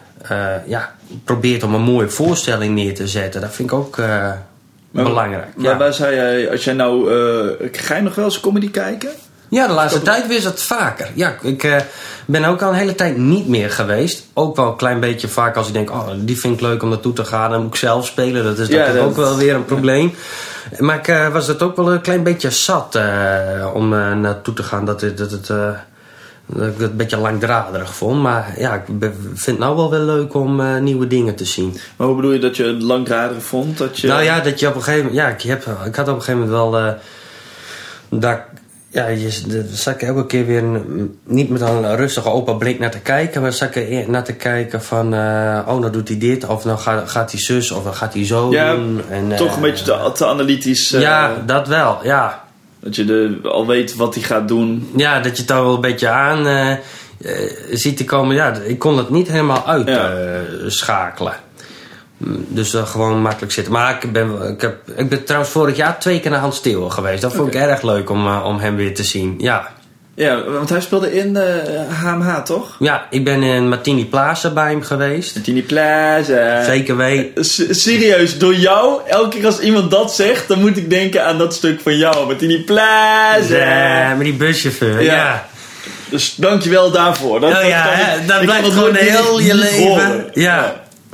[SPEAKER 1] ja, probeert om een mooie voorstelling neer te zetten. Dat vind ik ook uh, maar, belangrijk.
[SPEAKER 4] Maar
[SPEAKER 1] ja.
[SPEAKER 4] waar zei jij, als jij nou uh, ga je nog wel eens comedy kijken?
[SPEAKER 1] Ja, de laatste tijd weer is het vaker. Ja, ik uh, ben ook al een hele tijd niet meer geweest. Ook wel een klein beetje vaak als ik denk... oh, die vind ik leuk om naartoe te gaan. Dan moet ik zelf spelen. Dat is ja, dat ook wel weer een probleem. Maar ik uh, was het ook wel een klein beetje zat uh, om uh, naartoe te gaan. Dat, dat, het, uh, dat ik het een beetje langdradig vond. Maar ja, ik vind het nou wel weer leuk om uh, nieuwe dingen te zien.
[SPEAKER 4] Maar hoe bedoel je dat je het langdradig vond? Dat je...
[SPEAKER 1] Nou ja, dat je op een gegeven moment... Ja, ik, heb, ik had op een gegeven moment wel... Uh, dat Ja, je, daar zat ik elke keer weer een, niet met een rustige open blik naar te kijken, maar zat ik er naar te kijken van, uh, oh, nou doet hij dit, of nou gaat, gaat hij zus, of dan gaat hij zo
[SPEAKER 4] ja,
[SPEAKER 1] doen. En,
[SPEAKER 4] toch
[SPEAKER 1] uh,
[SPEAKER 4] een beetje te, te analytisch. Uh,
[SPEAKER 1] ja, dat wel, ja.
[SPEAKER 4] Dat je de, al weet wat hij gaat doen.
[SPEAKER 1] Ja, dat je het al wel een beetje aan uh, uh, ziet te komen. Ja, ik kon het niet helemaal uitschakelen. Ja. Uh, dus uh, gewoon makkelijk zitten. Maar ik ben, ik, heb, ik ben trouwens vorig jaar twee keer naar Hans Steeuwen geweest. Dat vond okay. ik erg leuk om, uh, om hem weer te zien. Ja.
[SPEAKER 4] Ja, want hij speelde in uh, H M H, toch?
[SPEAKER 1] Ja, ik ben in Martini Plaza bij hem geweest.
[SPEAKER 4] Martini Plaza.
[SPEAKER 1] Zeker weten.
[SPEAKER 4] S- serieus, door jou, elke keer als iemand dat zegt, dan moet ik denken aan dat stuk van jou. Martini Plaza.
[SPEAKER 1] Ja, met die buschauffeur, ja. ja.
[SPEAKER 4] Dus dankjewel daarvoor. Dat,
[SPEAKER 1] oh
[SPEAKER 4] dat,
[SPEAKER 1] ja,
[SPEAKER 4] dat,
[SPEAKER 1] dat, dat blijft gewoon heel je leven. Ja.
[SPEAKER 4] ja.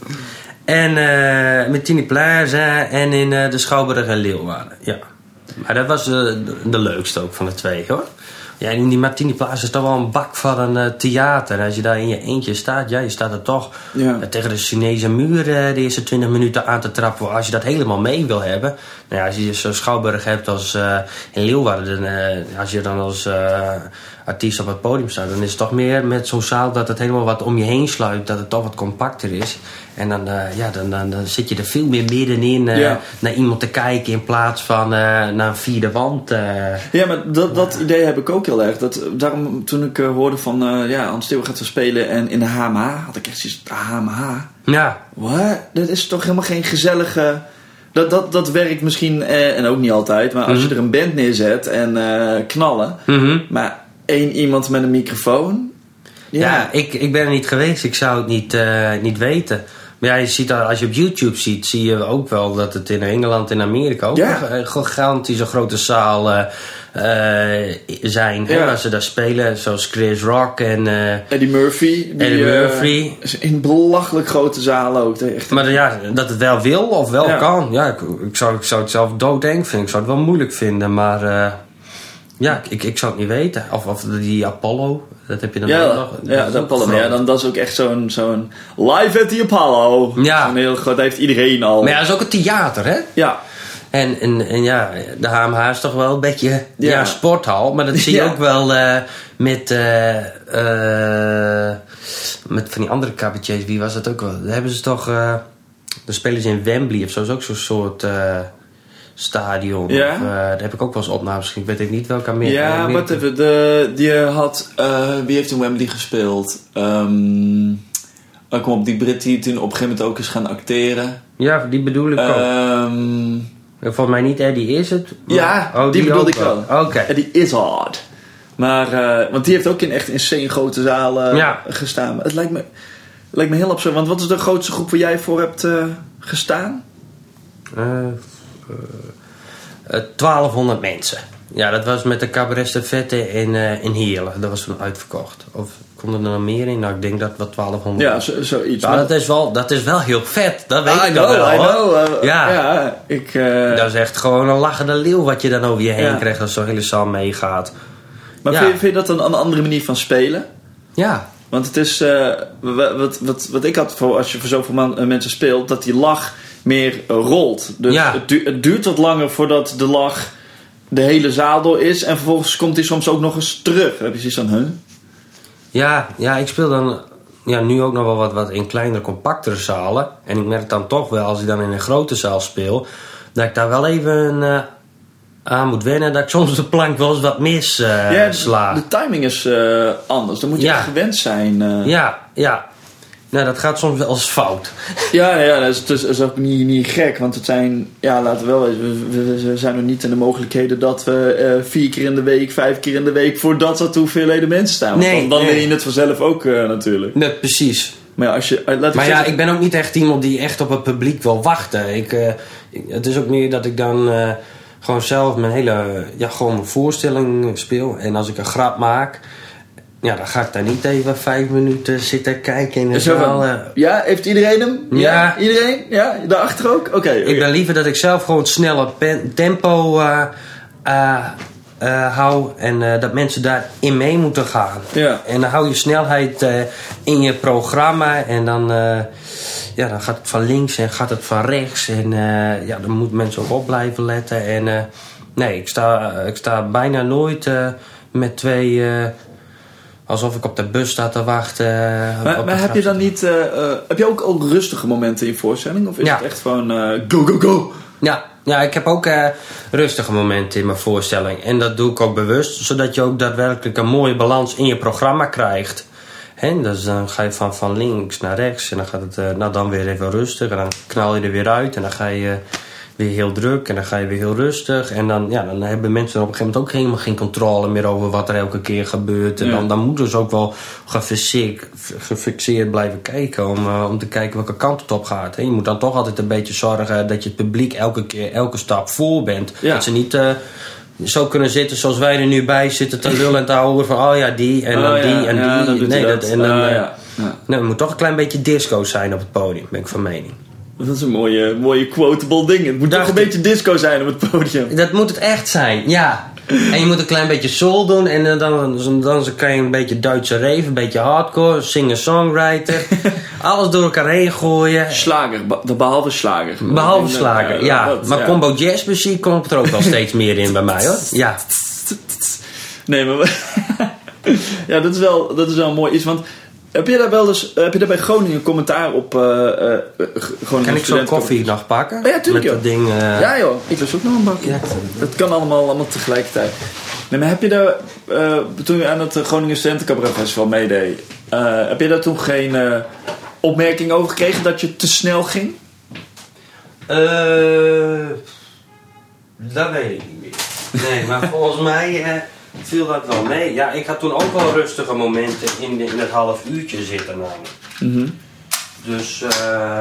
[SPEAKER 1] En uh, Martini Plaza en in uh, de Schouwburg en Leeuwarden. Ja. Maar dat was uh, de, de leukste ook van de twee, hoor. Ja, in die Martini Plaza is toch wel een bak van een uh, theater. Als je daar in je eentje staat, ja, je staat er toch ja. uh, tegen de Chinese muur uh, de eerste twintig minuten aan te trappen. Als je dat helemaal mee wil hebben. Nou ja, als je zo'n Schouwburg hebt als uh, in Leeuwarden, dan, uh, als je dan als uh, artiest op het podium staat, dan is het toch meer met zo'n zaal dat het helemaal wat om je heen sluit, dat het toch wat compacter is. En dan, uh, ja, dan, dan, dan zit je er veel meer middenin uh, ja. naar iemand te kijken in plaats van uh, naar een vierde wand. Uh.
[SPEAKER 4] Ja, maar dat, dat idee heb ik ook heel erg. Dat, daarom toen ik uh, hoorde van uh, ja, Hans Steeuwen gaat zo spelen en in de H M H, had ik echt zoiets, H M H?
[SPEAKER 1] Ja.
[SPEAKER 4] What? Dat is toch helemaal geen gezellige... Dat, dat, dat werkt misschien, eh, en ook niet altijd, maar als mm-hmm. je er een band neerzet en uh, knallen,
[SPEAKER 1] mm-hmm.
[SPEAKER 4] maar één iemand met een microfoon...
[SPEAKER 1] Ja, ja ik, ik ben er niet geweest, ik zou het niet, uh, niet weten. Maar ja, je ziet, als je op YouTube ziet, zie je ook wel dat het in Engeland en Amerika ook
[SPEAKER 4] ja.
[SPEAKER 1] een gigantische grote zaal uh, uh, zijn. Hè, ja. Waar ze daar spelen, zoals Chris Rock en... Uh,
[SPEAKER 4] Eddie Murphy. Die,
[SPEAKER 1] Eddie Murphy.
[SPEAKER 4] Uh, in belachelijk grote zalen ook. Echt.
[SPEAKER 1] Maar ja, dat het wel wil of wel ja. kan. Ja, ik, ik, zou, ik zou het zelf doodeng vinden. Ik zou het wel moeilijk vinden, maar... Uh, ja, ik, ik zou het niet weten. Of, of die Apollo, dat heb je dan
[SPEAKER 4] ja,
[SPEAKER 1] ook nog.
[SPEAKER 4] Ja, de Apollo. Ja, dan, dat is ook echt zo'n, zo'n live at the Apollo.
[SPEAKER 1] Ja.
[SPEAKER 4] Zo'n heel groot, dat heeft iedereen al.
[SPEAKER 1] Maar ja, dat is ook een theater, hè?
[SPEAKER 4] Ja.
[SPEAKER 1] En, en, en ja, de H M H is toch wel een beetje ja. Ja, sporthal. Maar dat zie je
[SPEAKER 4] ja.
[SPEAKER 1] ook wel uh, met, uh, uh, met van die andere cabaretiers. Wie was dat ook wel? Daar hebben ze toch... Uh, dan spelen ze in Wembley of zo. Dat is ook zo'n soort... Uh, stadion.
[SPEAKER 4] Ja?
[SPEAKER 1] Of, uh, daar heb ik ook wel eens opnames gezien. Ik weet even niet welke meer.
[SPEAKER 4] Ja, wat even. De, die had... Uh, wie heeft in Wembley gespeeld? Um, oh, kom op, die Brit die toen op een gegeven moment ook is gaan acteren.
[SPEAKER 1] Ja, die bedoel ik ook.
[SPEAKER 4] Um,
[SPEAKER 1] Volgens mij niet Eddie is het. Maar,
[SPEAKER 4] ja,
[SPEAKER 1] oh,
[SPEAKER 4] die,
[SPEAKER 1] die
[SPEAKER 4] bedoelde ik wel.
[SPEAKER 1] Oké. Okay.
[SPEAKER 4] Eddie Izzard. Maar, uh, want die heeft ook in echt insane grote zalen
[SPEAKER 1] ja.
[SPEAKER 4] gestaan. Het lijkt me, het lijkt me heel absurd. Want wat is de grootste groep waar jij voor hebt uh, gestaan?
[SPEAKER 1] Uh, Uh, uh, twaalfhonderd mensen. Ja, dat was met de Cabaret Stafette in, uh, in Heerlen. Dat was toen uitverkocht. Of komt er nog meer in? Nou, ik denk dat wel twaalfhonderd.
[SPEAKER 4] Ja, zo, zoiets.
[SPEAKER 1] Nou, dat, is wel, dat is wel heel vet. Dat weet
[SPEAKER 4] ah,
[SPEAKER 1] ik wel.
[SPEAKER 4] I know. Uh,
[SPEAKER 1] ja.
[SPEAKER 4] ja ik, uh...
[SPEAKER 1] Dat is echt gewoon een lachende leeuw wat je dan over je heen
[SPEAKER 4] ja.
[SPEAKER 1] krijgt als zo'n hele zaal meegaat.
[SPEAKER 4] Maar ja. vind, je, vind je dat een, een andere manier van spelen?
[SPEAKER 1] Ja.
[SPEAKER 4] Want het is... Uh, wat, wat, wat ik had voor als je voor zoveel man, mensen speelt, dat die lach meer rolt. Dus
[SPEAKER 1] ja.
[SPEAKER 4] het, du- het duurt wat langer voordat de lach de hele zaal door is. En vervolgens komt hij soms ook nog eens terug. Dan heb je zoiets van, huh?
[SPEAKER 1] Ja, ja, ik speel dan ja, nu ook nog wel wat, wat in kleinere, compactere zalen. En ik merk dan toch wel, als ik dan in een grote zaal speel, dat ik daar wel even uh, aan moet wennen. Dat ik soms de plank wel eens wat mis uh,
[SPEAKER 4] ja,
[SPEAKER 1] sla.
[SPEAKER 4] De, de timing is uh, anders. Dan moet je
[SPEAKER 1] ja.
[SPEAKER 4] echt gewend zijn. Uh.
[SPEAKER 1] Ja, ja. Nou, dat gaat soms wel eens fout.
[SPEAKER 4] Ja, ja dat, is, dat is ook niet, niet gek. Want het zijn, ja, laten we wel weten, we, we zijn nog niet in de mogelijkheden dat we uh, vier keer in de week, vijf keer in de week voor dat soort hoeveelheden mensen staan. Want
[SPEAKER 1] nee,
[SPEAKER 4] dan, dan
[SPEAKER 1] nee.
[SPEAKER 4] leer je het vanzelf ook uh, natuurlijk.
[SPEAKER 1] Nee, precies.
[SPEAKER 4] Maar ja, als je, uh, laat
[SPEAKER 1] maar
[SPEAKER 4] ik
[SPEAKER 1] ja,
[SPEAKER 4] zeggen,
[SPEAKER 1] ik ben ook niet echt iemand die echt op het publiek wil wachten. Ik, uh, ik, het is ook meer dat ik dan uh, gewoon zelf mijn hele, ja, gewoon mijn voorstelling speel. En als ik een grap maak, ja, dan ga ik daar niet even vijf minuten zitten kijken in de zaal. Uh,
[SPEAKER 4] ja, heeft iedereen hem? Ja.
[SPEAKER 1] ja.
[SPEAKER 4] Iedereen? Ja, daarachter ook? Oké. Okay,
[SPEAKER 1] ik
[SPEAKER 4] okay.
[SPEAKER 1] ben liever dat ik zelf gewoon snel pen, tempo uh, uh, uh, hou. En uh, dat mensen daarin mee moeten gaan.
[SPEAKER 4] Ja.
[SPEAKER 1] En dan hou je snelheid uh, in je programma. En dan, uh, ja, dan gaat het van links en gaat het van rechts. En uh, ja, dan moeten mensen ook op blijven letten. En uh, Nee, ik sta, ik sta bijna nooit uh, met twee... Uh, alsof ik op de bus sta te wachten. Uh,
[SPEAKER 4] maar maar heb je dan niet... Uh, uh, heb je ook, ook rustige momenten in je voorstelling? Of is
[SPEAKER 1] ja.
[SPEAKER 4] het echt gewoon uh, go, go, go?
[SPEAKER 1] Ja, ja, ik heb ook uh, rustige momenten in mijn voorstelling. En dat doe ik ook bewust. Zodat je ook daadwerkelijk een mooie balans in je programma krijgt. He, dus dan ga je van, van links naar rechts. En dan gaat het uh, nou dan weer even rustig. En dan knal je er weer uit. En dan ga je... Uh, weer heel druk en dan ga je weer heel rustig. En dan, ja, dan hebben mensen op een gegeven moment ook helemaal geen controle meer over wat er elke keer gebeurt. En ja. dan, dan moeten ze ook wel gefixeerd, gefixeerd blijven kijken om, uh, om te kijken welke kant het op gaat. Hè. Je moet dan toch altijd een beetje zorgen dat je het publiek elke keer, elke stap voor bent. Ja. Dat ze niet uh, zo kunnen zitten zoals wij er nu bij zitten te lullen en te houden van oh ja, die en dan oh, die ja. en
[SPEAKER 4] ja,
[SPEAKER 1] die.
[SPEAKER 4] Dan
[SPEAKER 1] nee, dat,
[SPEAKER 4] dat.
[SPEAKER 1] en dan,
[SPEAKER 4] uh,
[SPEAKER 1] uh,
[SPEAKER 4] ja. Ja.
[SPEAKER 1] Nou, er moet toch een klein beetje disco zijn op het podium, ben ik van mening.
[SPEAKER 4] Dat is een mooie, mooie quotable ding. Het moet toch een beetje disco zijn op het podium.
[SPEAKER 1] Dat moet het echt zijn, ja. En je moet een klein beetje soul doen. En dan, dan, dan kan je een beetje Duitse rave, een beetje hardcore, singer-songwriter. Alles door elkaar heen gooien.
[SPEAKER 4] Slager, behalve slager.
[SPEAKER 1] Behalve slager, uh, ja. Dat, maar ja. Combo jazzmuziek komt er ook wel steeds meer in bij mij, hoor. Ja.
[SPEAKER 4] Nee, maar... ja, dat is, wel, dat is wel mooi iets, want... Heb je daar wel eens, heb je daar bij Groningen een commentaar op? Uh, uh, Groningen
[SPEAKER 1] kan ik zo'n koffie nog pakken?
[SPEAKER 4] Oh, ja, tuurlijk.
[SPEAKER 1] Met dat ding, uh...
[SPEAKER 4] Ja joh, ik lust ook nog een bakje. Ja. Dat kan allemaal, allemaal tegelijkertijd. Nee, maar heb je daar, uh, toen je aan het Groningen Studentencabaret Festival meedeed, uh, heb je daar toen geen uh, opmerking over gekregen dat je te snel ging?
[SPEAKER 1] Uh, dat weet ik niet meer. Nee, maar volgens mij... Uh, viel dat wel mee. Ja, ik had toen ook wel rustige momenten in, de, in het half uurtje zitten namelijk.
[SPEAKER 4] Mm-hmm.
[SPEAKER 1] Dus uh,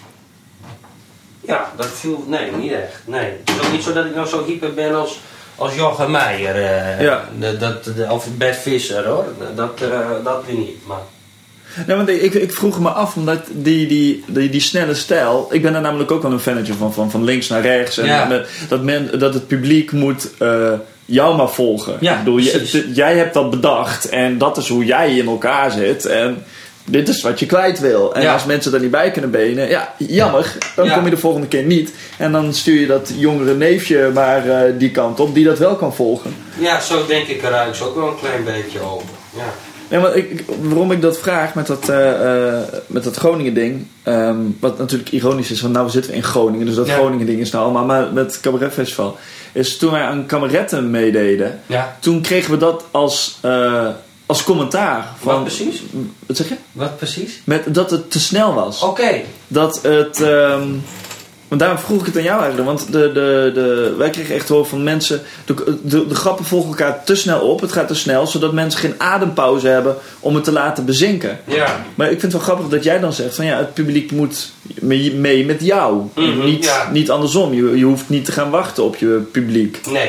[SPEAKER 1] ja, dat viel... Nee, niet echt. Nee. Het is ook niet zo dat ik nou zo hyper ben als, als Jochem Meijer. Uh,
[SPEAKER 4] ja.
[SPEAKER 1] de, dat, de, of Bert Visser hoor. Dat, uh, dat weer niet. Maar...
[SPEAKER 4] Nee, want ik, ik vroeg me af, omdat die, die, die, die snelle stijl... Ik ben er namelijk ook wel een fannetje van, van, van links naar rechts. En
[SPEAKER 1] ja.
[SPEAKER 4] met, dat, men, dat het publiek moet... Uh, jou maar volgen.
[SPEAKER 1] Ja,
[SPEAKER 4] ik bedoel, je, jij hebt dat bedacht en dat is hoe jij in elkaar zit en dit is wat je kwijt wil. En ja. als mensen daar niet bij kunnen benen, ja, jammer, dan ja. kom je de volgende keer niet. En dan stuur je dat jongere neefje maar uh, die kant op, die dat wel kan volgen.
[SPEAKER 1] Ja, zo denk ik er eigenlijk ook wel een klein beetje over. Ja.
[SPEAKER 4] Nee, maar ik, ik, waarom ik dat vraag met dat, uh, uh, met dat Groningen ding, um, wat natuurlijk ironisch is, want nou zitten we in Groningen, dus dat ja. Groningen ding is nou allemaal, maar met het Cabaret Festival, is toen wij aan kameretten meededen,
[SPEAKER 1] ja.
[SPEAKER 4] toen kregen we dat als, uh, als commentaar. Van,
[SPEAKER 1] wat precies?
[SPEAKER 4] Wat zeg je?
[SPEAKER 1] Wat precies?
[SPEAKER 4] Met, dat het te snel was.
[SPEAKER 1] Oké. Okay.
[SPEAKER 4] Dat het... Um, want daarom vroeg ik het aan jou eigenlijk. Want de, de, de, wij kregen echt hoor van mensen... De, de, de grappen volgen elkaar te snel op. Het gaat te snel. Zodat mensen geen adempauze hebben om het te laten bezinken.
[SPEAKER 1] Ja.
[SPEAKER 4] Maar ik vind het wel grappig dat jij dan zegt van ja, het publiek moet mee, mee met jou.
[SPEAKER 1] Mm-hmm,
[SPEAKER 4] niet,
[SPEAKER 1] ja. niet
[SPEAKER 4] andersom. Je, je hoeft niet te gaan wachten op je publiek.
[SPEAKER 1] Nee.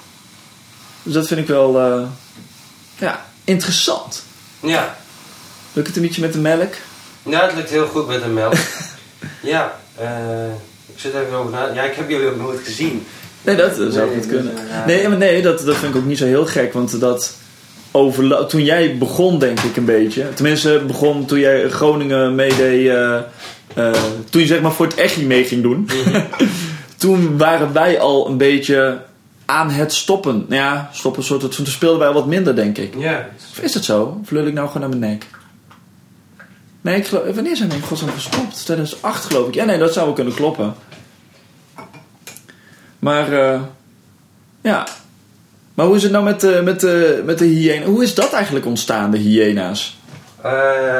[SPEAKER 4] Dus dat vind ik wel uh, ja, interessant.
[SPEAKER 1] Ja.
[SPEAKER 4] Lukt het een beetje met de melk?
[SPEAKER 1] Ja, het lukt heel goed met de melk. ja, uh, ik zit even over na. Ja, ik heb jullie ook nooit gezien.
[SPEAKER 4] Nee, dat zou nee, niet kunnen. Nee, maar nee dat, dat vind ik ook niet zo heel gek. Want dat overla- toen jij begon, denk ik een beetje. Tenminste, begon toen jij Groningen meedeed. Uh, uh, toen je zeg maar voor het Echi mee ging doen. Mm-hmm. Toen waren wij al een beetje aan het stoppen. Nou ja, stoppen soort. Toen speelden wij wat minder, denk ik.
[SPEAKER 1] Ja.
[SPEAKER 4] Of is dat zo? Of lul ik nou gewoon naar mijn nek? Nee, ik geloof, wanneer zijn we in godsnaam gestopt? tweeduizend acht geloof ik. Ja, nee, dat zou wel kunnen kloppen. Maar, uh, ja. Maar hoe is het nou met de, met de, met de hyena? Hoe is dat eigenlijk ontstaan, de hyena's?
[SPEAKER 1] Uh,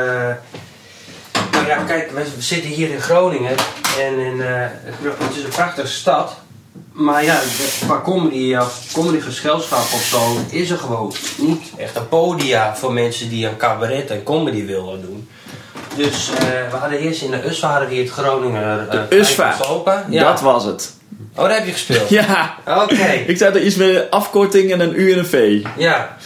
[SPEAKER 1] nou ja, kijk, we, we zitten hier in Groningen. En in, uh, het is een prachtige stad. Maar ja, qua comedy of comedygezelschap of zo is er gewoon niet echt een podia voor mensen die een cabaret en comedy willen doen. Dus uh, we hadden eerst in de U S V A hadden we hier het Groninger uh,
[SPEAKER 4] de U S V A,
[SPEAKER 1] ja.
[SPEAKER 4] Dat was het.
[SPEAKER 1] Oh, daar heb je gespeeld?
[SPEAKER 4] Ja.
[SPEAKER 1] Oké. Okay.
[SPEAKER 4] Ik zei er iets met afkorting en een U en een V.
[SPEAKER 1] Ja.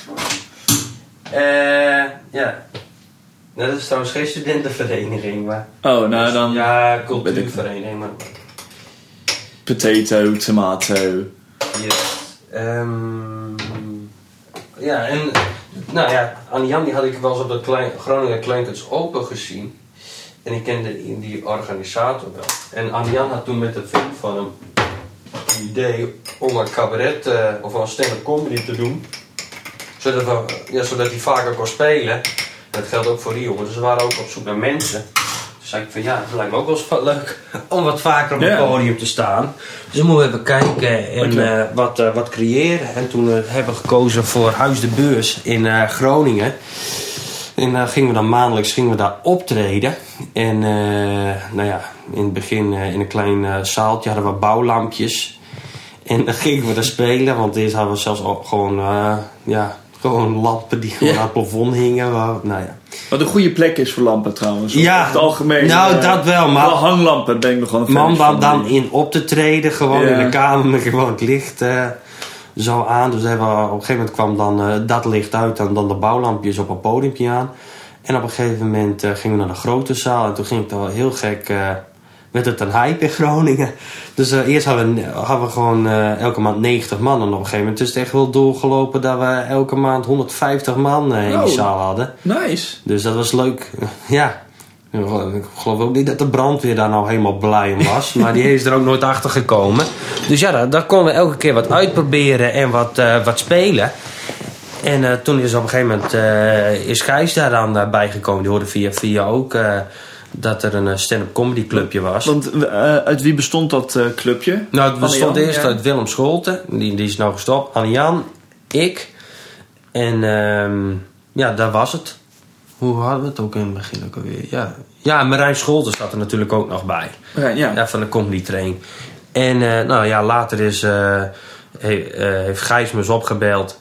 [SPEAKER 1] Uh, ja. Nou, dat is trouwens geen studentenvereniging, maar...
[SPEAKER 4] Oh, nou dus, dan...
[SPEAKER 1] Ja, cultuurvereniging, maar...
[SPEAKER 4] Potato, tomato.
[SPEAKER 1] Yes. Um, ja, en... Nou ja, Anjan die had ik wel eens op de klein, Groninger Kleinkunst Open gezien. En ik kende die, die organisator wel. En Anjan had toen met een vriend van hem... idee om een cabaret uh, of een stand-up comedy te doen. Zodat, we, ja, zodat hij vaker kon spelen. En dat geldt ook voor die jongens. Dus we waren ook op zoek naar mensen. Dus zei ik van ja, het lijkt me ook wel eens wat leuk om wat vaker op het ja. podium te staan. Dus dan moeten we even kijken en uh, wat, uh, wat creëren. En toen uh, hebben we gekozen voor Huis de Beurs in uh, Groningen. En daar uh, gingen we dan maandelijks gingen we daar optreden. En uh, nou ja, in het begin uh, in een klein uh, zaaltje hadden we bouwlampjes. En dan gingen we daar spelen, want eerst hadden we zelfs ook gewoon, uh, ja, gewoon lampen die gewoon ja. aan het plafond hingen. Waar, nou ja.
[SPEAKER 4] Wat een goede plek is voor lampen trouwens.
[SPEAKER 1] Ja,
[SPEAKER 4] in het algemeen.
[SPEAKER 1] Nou,
[SPEAKER 4] uh,
[SPEAKER 1] dat wel, maar.
[SPEAKER 4] Wel hanglampen, denk ik nog wel een
[SPEAKER 1] man dan, dan in op te treden, gewoon ja. in de kamer met gewoon het licht uh, zo aan. Dus hebben we, op een gegeven moment kwam dan uh, dat licht uit en dan de bouwlampjes op een podiumpje aan. En op een gegeven moment uh, gingen we naar de grote zaal en toen ging het wel heel gek. Uh, werd het een hype in Groningen. Dus uh, eerst hadden we, hadden we gewoon uh, elke maand negentig man. En op een gegeven moment is het echt wel doorgelopen dat we elke maand honderdvijftig man uh, in
[SPEAKER 4] oh,
[SPEAKER 1] die zaal hadden.
[SPEAKER 4] Nice.
[SPEAKER 1] Dus dat was leuk. Ja. Ik geloof ook niet dat de brandweer daar nou helemaal blij om was. Maar die is er ook nooit achter gekomen. Dus ja, daar, daar konden we elke keer wat uitproberen en wat, uh, wat spelen. En uh, toen is op een gegeven moment uh, is Gijs daar dan uh, bijgekomen. Die hoorde via via ook uh, dat er een stand-up comedy clubje was.
[SPEAKER 4] Want uh, uit wie bestond dat uh, clubje?
[SPEAKER 1] Nou, het bestond
[SPEAKER 4] Anne-Jan,
[SPEAKER 1] eerst
[SPEAKER 4] ja.
[SPEAKER 1] uit Willem Scholten. Die, die is nou gestopt. Anne-Jan, ik. En um, ja, daar was het. Hoe hadden we het ook in het begin ook alweer? Ja, ja Marijn Scholten zat er natuurlijk ook nog bij.
[SPEAKER 4] Ja, ja.
[SPEAKER 1] Ja, van de comedy train. En uh, nou ja, later is, uh, he, uh, heeft Gijs me eens opgebeld.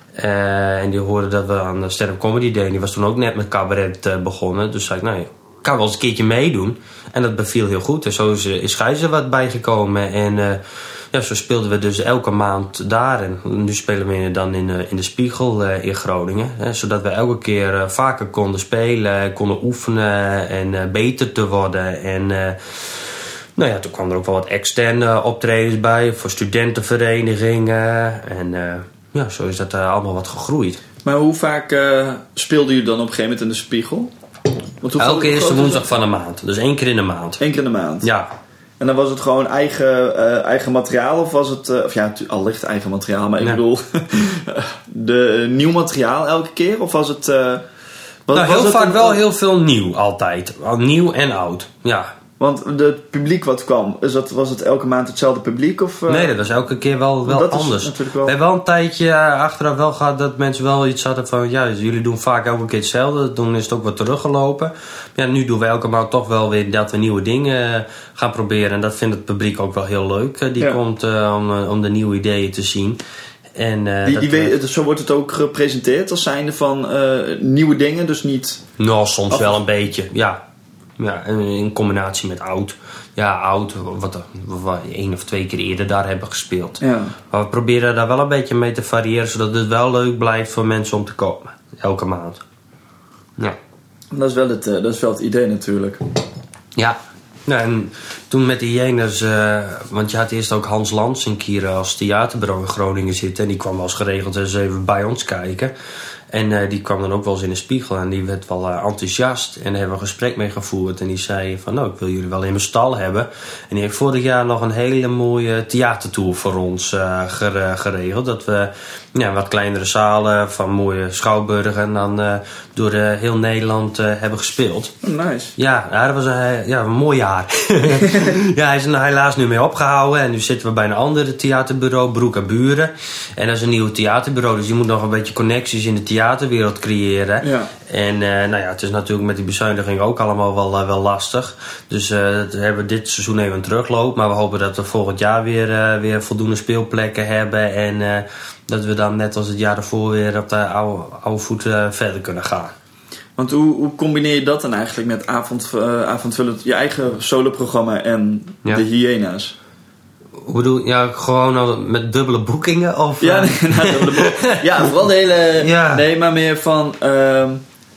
[SPEAKER 1] Uh, en die hoorde dat we aan de stand-up comedy deden. Die was toen ook net met cabaret uh, begonnen. Dus zei ik, nou, ik kan wel eens een keertje meedoen. En dat beviel heel goed. En zo is, is Gijs er wat bijgekomen. En uh, ja, zo speelden we dus elke maand daar. En nu spelen we dan in, uh, in de Spiegel uh, in Groningen. Hè, zodat we elke keer uh, vaker konden spelen, konden oefenen en uh, beter te worden. En uh, nou ja, toen kwam er ook wel wat externe optredens bij voor studentenverenigingen. En uh, ja, zo is dat uh, allemaal wat gegroeid.
[SPEAKER 4] Maar hoe vaak uh, speelde je dan op een gegeven moment in de Spiegel? Want
[SPEAKER 1] elke eerste woensdag van de maand. Dus één keer in de maand.
[SPEAKER 4] Eén keer in de maand?
[SPEAKER 1] Ja.
[SPEAKER 4] En dan was het gewoon eigen, uh, eigen materiaal? Of was het, uh, of ja, allicht eigen materiaal, maar ik nee. bedoel de, uh, nieuw materiaal elke keer? Of was het... Uh, was,
[SPEAKER 1] nou,
[SPEAKER 4] was
[SPEAKER 1] heel
[SPEAKER 4] het
[SPEAKER 1] vaak
[SPEAKER 4] een,
[SPEAKER 1] wel heel veel nieuw, altijd. Nieuw en oud, ja.
[SPEAKER 4] Want het publiek wat kwam, is dat, was het elke maand hetzelfde publiek? Of, uh...
[SPEAKER 1] Nee, dat was elke keer wel, wel anders. Wel... We hebben wel een tijdje uh, achteraf wel gehad dat mensen wel iets hadden van... ja, jullie doen vaak elke keer hetzelfde. Toen is het ook wat teruggelopen. Ja, nu doen we elke maand toch wel weer dat we nieuwe dingen gaan proberen. En dat vindt het publiek ook wel heel leuk. Uh, die ja. komt uh, om, uh, om de nieuwe ideeën te zien. En, uh,
[SPEAKER 4] die, die
[SPEAKER 1] dat,
[SPEAKER 4] weet, zo wordt het ook gepresenteerd als zijnde van uh, nieuwe dingen, dus niet...
[SPEAKER 1] Nou, soms af... wel een beetje, ja. Ja, in combinatie met oud. Ja, oud, wat we één of twee keer eerder daar hebben gespeeld.
[SPEAKER 4] Ja.
[SPEAKER 1] Maar we proberen daar wel een beetje mee te variëren, zodat het wel leuk blijft voor mensen om te komen. Elke maand. Ja.
[SPEAKER 4] Dat is wel het, uh, dat is wel het idee natuurlijk.
[SPEAKER 1] Ja. Nou, en toen met de Hyänes, uh, want je had eerst ook Hans Lansink hier als theaterbureau in Groningen zitten. En die kwam wel eens geregeld eens even bij ons kijken. En uh, die kwam dan ook wel eens in de Spiegel en die werd wel uh, enthousiast. En daar hebben we een gesprek mee gevoerd. En die zei van, nou, ik wil jullie wel in mijn stal hebben. En die heeft vorig jaar nog een hele mooie theatertour voor ons uh, geregeld. Dat we ja, wat kleinere zalen van mooie schouwburgen en dan uh, door uh, heel Nederland uh, hebben gespeeld.
[SPEAKER 4] Oh, nice.
[SPEAKER 1] Ja, dat was een, ja, een mooi jaar. Ja, hij is er helaas nu mee opgehouden. En nu zitten we bij een ander theaterbureau, Broek en Buren. En dat is een nieuw theaterbureau. Dus je moet nog een beetje connecties in de theaterwereld creëren.
[SPEAKER 4] Ja.
[SPEAKER 1] En uh, nou ja, het is natuurlijk met die bezuiniging ook allemaal wel, uh, wel lastig. Dus uh, dat hebben we dit seizoen even een terugloop. Maar we hopen dat we volgend jaar weer, uh, weer voldoende speelplekken hebben. En uh, dat we dan net als het jaar ervoor weer op de oude, oude voet uh, verder kunnen gaan.
[SPEAKER 4] Want hoe, hoe combineer je dat dan eigenlijk met avond, uh, avondvullend, je eigen soloprogramma en ja. de Hyänes?
[SPEAKER 1] Hoe bedoel je? Ja, gewoon met dubbele boekingen? Of,
[SPEAKER 4] ja, nee, nou, dubbele boekingen. Ja, vooral de hele... Ja. Nee, maar meer van... Uh,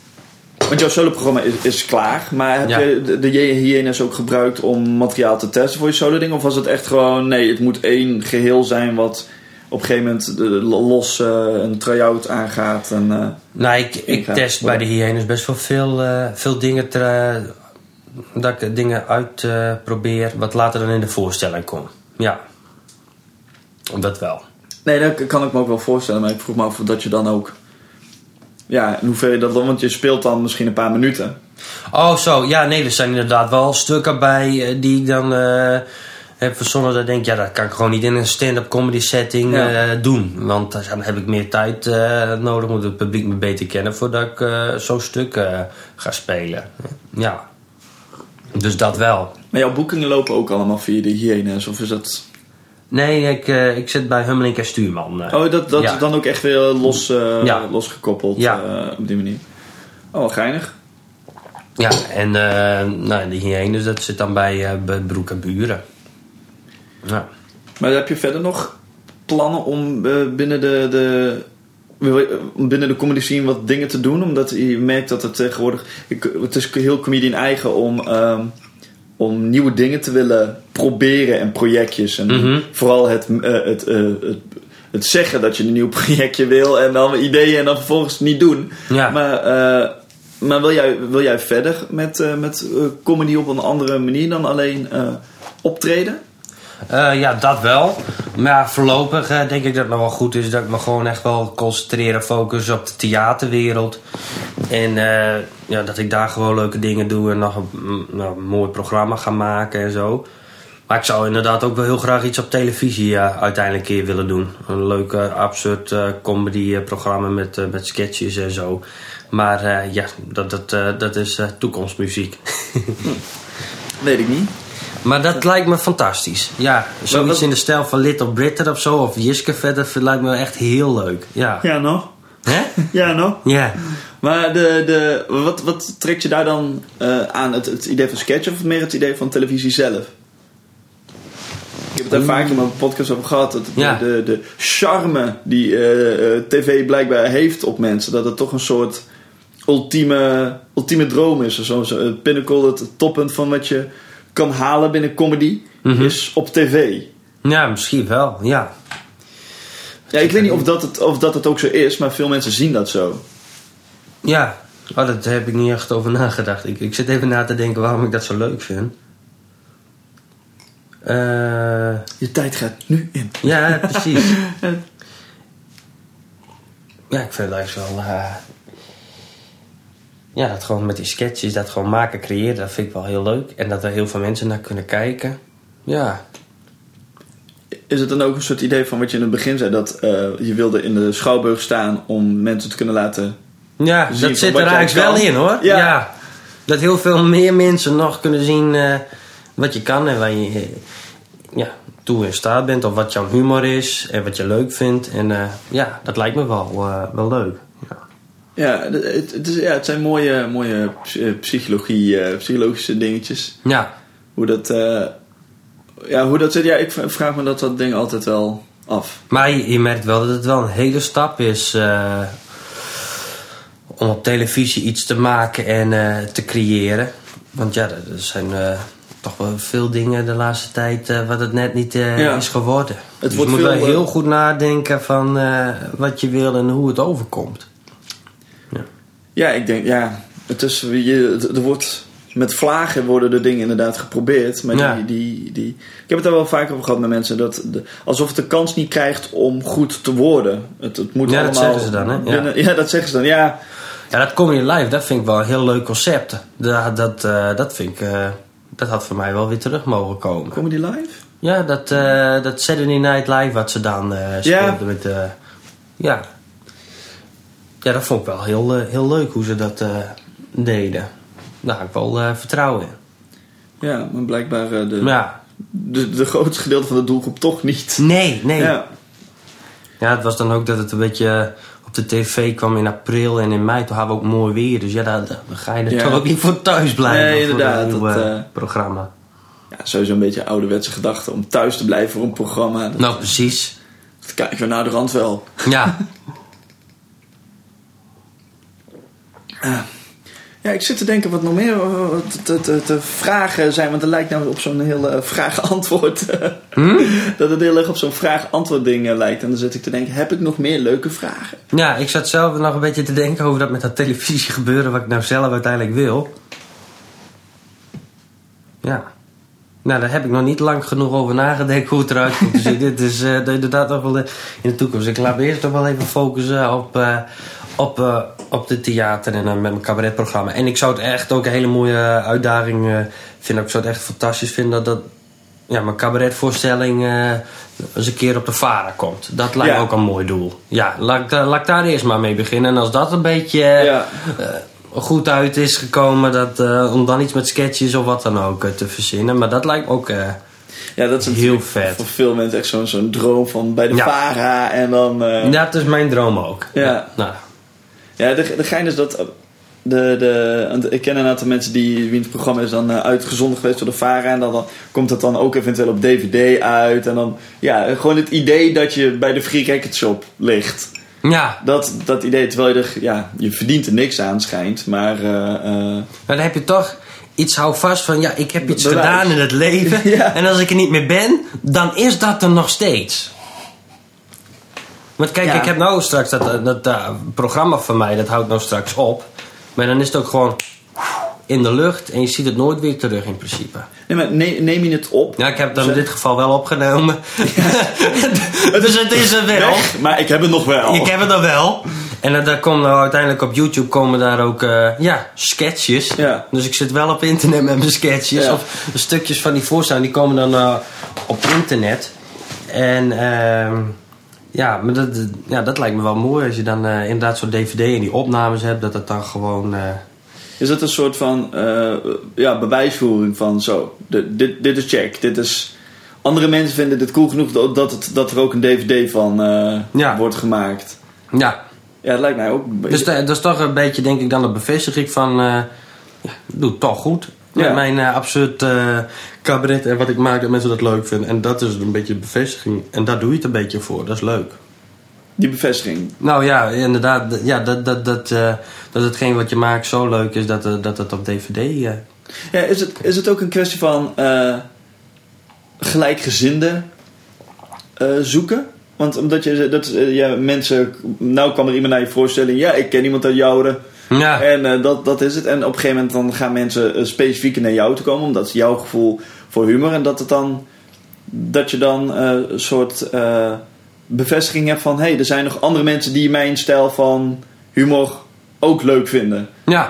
[SPEAKER 4] want jouw soloprogramma is, is klaar. Maar heb ja. je de, de Hyänes ook gebruikt om materiaal te testen voor je solo ding? Of was het echt gewoon... Nee, het moet één geheel zijn wat... op een gegeven moment de, los uh, een try-out aangaat. En, uh,
[SPEAKER 1] nou, ik, ik test bij de Hyänes best wel veel, uh, veel dingen, te, uh, dat ik dingen uit uh, probeer wat later dan in de voorstelling komt. Ja. Dat wel.
[SPEAKER 4] Nee, dat kan ik me ook wel voorstellen. Maar ik vroeg me af dat je dan ook... Ja, in hoeverre dat dan... Want je speelt dan misschien een paar minuten.
[SPEAKER 1] Oh, zo. Ja, nee, er zijn inderdaad wel stukken bij uh, die ik dan uh, heb verzonnen. Dat ik denk, ja, dat kan ik gewoon niet in een stand-up comedy setting uh, ja. doen. Want dan heb ik meer tijd uh, nodig. Moet het publiek me beter kennen voordat ik uh, zo'n stuk uh, ga spelen. Ja. Dus dat wel.
[SPEAKER 4] Maar jouw boekingen lopen ook allemaal via de Hyena's? Of is dat...
[SPEAKER 1] Nee, ik, uh, ik zit bij Hummelink en Stuurman. Uh.
[SPEAKER 4] Oh, dat, dat
[SPEAKER 1] ja.
[SPEAKER 4] is dan ook echt weer los, uh,
[SPEAKER 1] ja.
[SPEAKER 4] losgekoppeld
[SPEAKER 1] ja.
[SPEAKER 4] uh, op die manier. Oh, wel geinig.
[SPEAKER 1] Ja, en uh, nou, de Hyena's, dat zit dan bij, uh, bij Broek en Buren. Ja.
[SPEAKER 4] Maar heb je verder nog plannen om uh, binnen de... de binnen de comedy scene wat dingen te doen? Omdat je merkt dat het tegenwoordig... Het is heel comedian eigen om... Um, om nieuwe dingen te willen proberen en projectjes. En mm-hmm. vooral het, uh, het, uh, het, het zeggen dat je een nieuw projectje wil... en dan ideeën en dan vervolgens niet doen. Ja. Maar, uh, maar wil, jij, wil jij verder met, uh, met uh, comedy op een andere manier dan alleen uh, optreden?
[SPEAKER 1] Uh, ja, dat wel. Maar ja, voorlopig uh, denk ik dat het nog wel goed is... dat ik me gewoon echt wel concentreer en focus op de theaterwereld. En uh, ja, dat ik daar gewoon leuke dingen doe... en nog een, nou, een mooi programma ga maken en zo. Maar ik zou inderdaad ook wel heel graag iets op televisie uh, uiteindelijk een keer willen doen. Een leuk, uh, absurd uh, comedy uh, programma met, uh, met sketches en zo. Maar uh, ja, dat, dat, uh, dat is uh, toekomstmuziek.
[SPEAKER 4] Weet ik niet.
[SPEAKER 1] Maar dat lijkt me fantastisch. Ja, zoiets wat... in de stijl van Little Britain of zo. Of Jiske verder. Dat lijkt me echt heel leuk. Ja,
[SPEAKER 4] ja nog.
[SPEAKER 1] Hè?
[SPEAKER 4] Ja, nog.
[SPEAKER 1] Ja.
[SPEAKER 4] Maar de, de, wat, wat trekt je daar dan uh, aan? Het, het idee van sketch of meer het idee van televisie zelf? Ik heb het daar mm. vaak in mijn podcast over gehad. Dat ja. de, de, de charme die uh, uh, tv blijkbaar heeft op mensen. Dat het toch een soort ultieme, ultieme droom is. Zo, zo, het pinnacle, het toppunt van wat je... kan halen binnen comedy mm-hmm. is op tv.
[SPEAKER 1] Ja, misschien wel, ja.
[SPEAKER 4] Ja, ik weet niet of dat, het, of dat het ook zo is, maar veel mensen zien dat zo.
[SPEAKER 1] Ja, oh, daar heb ik niet echt over nagedacht. Ik, ik zit even na te denken waarom ik dat zo leuk vind. Uh...
[SPEAKER 4] Je tijd gaat nu in.
[SPEAKER 1] Ja, precies. Ja, ik vind het eigenlijk wel... Uh... Ja, dat gewoon met die sketches, dat gewoon maken, creëren, dat vind ik wel heel leuk. En dat er heel veel mensen naar kunnen kijken. Ja.
[SPEAKER 4] Is het dan ook een soort idee van wat je in het begin zei... dat uh, je wilde in de Schouwburg staan om mensen te kunnen laten
[SPEAKER 1] Ja,
[SPEAKER 4] zien
[SPEAKER 1] dat zit er eigenlijk wel in, hoor. Ja. ja. Dat heel veel meer mensen nog kunnen zien uh, wat je kan en waar je uh, ja, toe in staat bent. Of wat jouw humor is en wat je leuk vindt. En uh, ja, dat lijkt me wel, uh, wel leuk. Ja.
[SPEAKER 4] Ja, het, het, is, ja, het zijn mooie, mooie psychologie, uh, psychologische dingetjes.
[SPEAKER 1] Ja.
[SPEAKER 4] Hoe dat, uh, ja, hoe dat zit. Ja, ik vraag me dat, dat ding altijd wel af.
[SPEAKER 1] Maar je, je merkt wel dat het wel een hele stap is uh, om op televisie iets te maken en uh, te creëren. Want ja, er zijn uh, toch wel veel dingen de laatste tijd uh, wat het net niet uh, ja. is geworden. Het dus je moet veel, wel heel goed nadenken van uh, wat je wil en hoe het overkomt. Ja,
[SPEAKER 4] ja ik denk, ja, het is, je, er wordt, met vlagen worden de dingen inderdaad geprobeerd. Maar ja. die, die, die, ik heb het daar wel vaker over gehad met mensen. Dat de, alsof het de kans niet krijgt om goed te worden. Het, het moet
[SPEAKER 1] ja,
[SPEAKER 4] allemaal
[SPEAKER 1] dat zeggen ze dan, hè? Ja.
[SPEAKER 4] Binnen, ja, dat zeggen ze dan, ja.
[SPEAKER 1] Ja, dat Comedy Live, dat vind ik wel een heel leuk concept. Dat, dat, uh, dat vind ik, uh, dat had voor mij wel weer terug mogen komen.
[SPEAKER 4] Comedy Live?
[SPEAKER 1] Ja, dat, uh, dat Saturday Night Live wat ze dan uh, speelden ja. met, uh, ja. Ja, dat vond ik wel heel, uh, heel leuk hoe ze dat uh, deden. Daar had ik wel uh, vertrouwen in.
[SPEAKER 4] Ja, maar blijkbaar uh, de,
[SPEAKER 1] ja.
[SPEAKER 4] de, de grootste gedeelte van de doelgroep toch niet.
[SPEAKER 1] Nee, nee.
[SPEAKER 4] Ja.
[SPEAKER 1] Ja, het was dan ook dat het een beetje op de tv kwam in april en in mei. Toen hadden we ook mooi weer. Dus ja, daar, daar ga je er ja. toch ook niet voor thuis blijven.
[SPEAKER 4] Nee, inderdaad.
[SPEAKER 1] Voor
[SPEAKER 4] dat
[SPEAKER 1] uh, programma.
[SPEAKER 4] Ja, sowieso een beetje ouderwetse gedachte om thuis te blijven voor een programma. Dat,
[SPEAKER 1] nou, precies.
[SPEAKER 4] Dat kijken we naar de rand wel.
[SPEAKER 1] Ja.
[SPEAKER 4] uh, ja, ik zit te denken wat nog meer te, te, te vragen zijn. Want het lijkt nou op zo'n heel uh, vraag-antwoord. Hmm? Dat het heel erg op zo'n vraag-antwoord ding uh, lijkt. En dan zit ik te denken, heb ik nog meer leuke vragen?
[SPEAKER 1] Ja, ik zat zelf nog een beetje te denken over dat met dat televisie gebeuren. Wat ik nou zelf uiteindelijk wil. Ja. Nou, daar heb ik nog niet lang genoeg over nagedacht hoe het eruit komt te zien. Dit is uh, inderdaad nog wel de, in de toekomst. Ik laat me eerst toch wel even focussen op, uh, op, uh, op de theater en uh, met mijn cabaretprogramma. En ik zou het echt ook een hele mooie uitdaging uh, vinden. Ik zou het echt fantastisch vinden dat, dat ja, mijn cabaretvoorstelling uh, eens een keer op de Vara komt. Dat lijkt me ja. ook een mooi doel. Ja, laat, uh, laat ik daar eerst maar mee beginnen. En als dat een beetje uh, ja. uh, goed uit is gekomen, dat, uh, om dan iets met sketches of wat dan ook uh, te verzinnen. Maar dat lijkt me ook uh,
[SPEAKER 4] ja, dat is
[SPEAKER 1] heel vet.
[SPEAKER 4] Voor veel mensen echt zo'n, zo'n droom van bij de ja. Vara en dan... Uh...
[SPEAKER 1] Ja, dat is mijn droom ook.
[SPEAKER 4] Ja,
[SPEAKER 1] ja, nou.
[SPEAKER 4] ja de, de gein is dat... De, de, ik ken een aantal mensen die wiens programma is dan uh, uitgezonden geweest door de Vara. En dan, dan komt het dan ook eventueel op D V D uit. En dan, ja, gewoon het idee dat je bij de Free Record Shop ligt.
[SPEAKER 1] Ja.
[SPEAKER 4] Dat, dat idee, terwijl je er, ja, je verdient er niks aan schijnt. Maar, uh, uh,
[SPEAKER 1] maar dan heb je toch iets houvast van, ja, ik heb iets bewijs. gedaan in het leven. Ja. En als ik er niet meer ben, dan is dat er nog steeds. Want kijk, ja. ik heb nou straks dat, dat, dat uh, programma van mij, dat houdt nou straks op. Maar dan is het ook gewoon in de lucht en je ziet het nooit weer terug in principe.
[SPEAKER 4] Nee, maar neem, neem je het op?
[SPEAKER 1] Ja, ik heb het dan in dit geval wel opgenomen. Ja. Dus het is er wel.
[SPEAKER 4] Weg, maar ik heb het nog wel.
[SPEAKER 1] Ik heb het nog wel. En uh, daar komen nou uiteindelijk op YouTube komen daar ook uh, ja, sketches. Ja. Dus ik zit wel op internet met mijn sketches. Ja. Of de stukjes van die voorstelling die komen dan uh, op internet. En... Uh, Ja, maar dat, ja, dat lijkt me wel mooi als je dan uh, inderdaad zo'n D V D en die opnames hebt, dat het dan gewoon... Uh...
[SPEAKER 4] Is dat een soort van uh, ja, bewijsvoering van zo, de, dit, dit is check, dit is... Andere mensen vinden dit cool genoeg dat, het, dat er ook een D V D van uh, ja. wordt gemaakt.
[SPEAKER 1] Ja.
[SPEAKER 4] Ja, dat lijkt mij ook...
[SPEAKER 1] Dus de, dat is toch een beetje, denk ik, dan de bevestiging van... Uh, ja, doe het toch goed. Met ja. mijn uh, absurd uh, cabaret en wat ik maak, dat mensen dat leuk vinden. En dat is een beetje de bevestiging. En daar doe je het een beetje voor. Dat is leuk.
[SPEAKER 4] Die bevestiging?
[SPEAKER 1] Nou ja, inderdaad. Ja, dat, dat, dat, uh, dat hetgeen wat je maakt zo leuk is dat, uh, dat het op D V D... Uh...
[SPEAKER 4] Ja, is het, is het ook een kwestie van uh, gelijkgezinden uh, zoeken? Want omdat je... Dat, uh, ja, mensen... Nou kwam er iemand naar je voorstelling. Ja, ik ken iemand uit Joure. Ja. En uh, dat, dat is het. En op een gegeven moment dan gaan mensen uh, specifiek naar jou toe komen. Omdat ze jouw gevoel voor humor. En dat het dan... Dat je dan uh, een soort uh, bevestiging hebt van... Hé, hey, er zijn nog andere mensen die mijn stijl van humor ook leuk vinden.
[SPEAKER 1] Ja.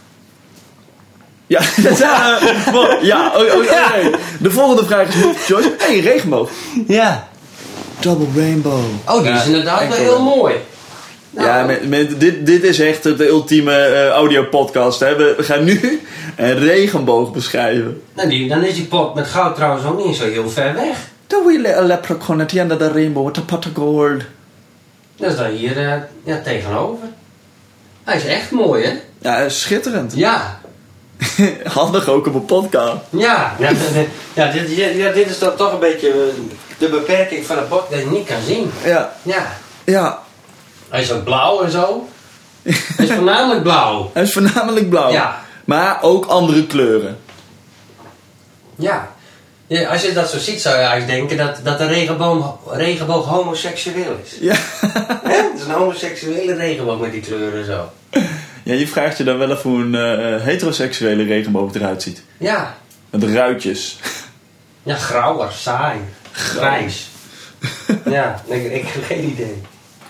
[SPEAKER 4] Ja, dat, uh, ja, oh, oh, ja. Okay. De volgende vraag is niet, Joyce. Hé, hey, regenboog.
[SPEAKER 1] Ja.
[SPEAKER 4] Double rainbow.
[SPEAKER 1] Oh, die is ja, inderdaad wel heel mooi.
[SPEAKER 4] Nou, ja, met, met, dit, dit is echt de ultieme uh, audio-podcast. Hè. We, we gaan nu een regenboog beschrijven.
[SPEAKER 1] Nou, die, dan is die pot met goud trouwens ook niet zo heel ver weg.
[SPEAKER 4] The wee little leprechaun at the end of the rainbow with a pot of gold.
[SPEAKER 1] Dat is dan hier uh, ja, tegenover. Hij is echt mooi, hè?
[SPEAKER 4] Ja, hij is schitterend.
[SPEAKER 1] Ja.
[SPEAKER 4] Handig ook op een podcast.
[SPEAKER 1] Ja, ja, ja, dit, ja, dit is dan toch een beetje de beperking van een pot dat je niet kan zien.
[SPEAKER 4] Ja.
[SPEAKER 1] Ja.
[SPEAKER 4] Ja.
[SPEAKER 1] Hij is ook blauw en zo. Hij is voornamelijk blauw.
[SPEAKER 4] Hij is voornamelijk blauw.
[SPEAKER 1] Ja.
[SPEAKER 4] Maar ook andere kleuren.
[SPEAKER 1] Ja. Ja, als je dat zo ziet zou je eigenlijk denken dat, dat de regenboog, regenboog homoseksueel is. Ja. Het is een homoseksuele regenboog met die kleuren zo.
[SPEAKER 4] Ja, je vraagt je dan wel even hoe een uh, heteroseksuele regenboog eruit ziet.
[SPEAKER 1] Ja.
[SPEAKER 4] Met ruitjes.
[SPEAKER 1] Ja, grauwer, saai, grijs. Ja, ik, ik heb geen idee.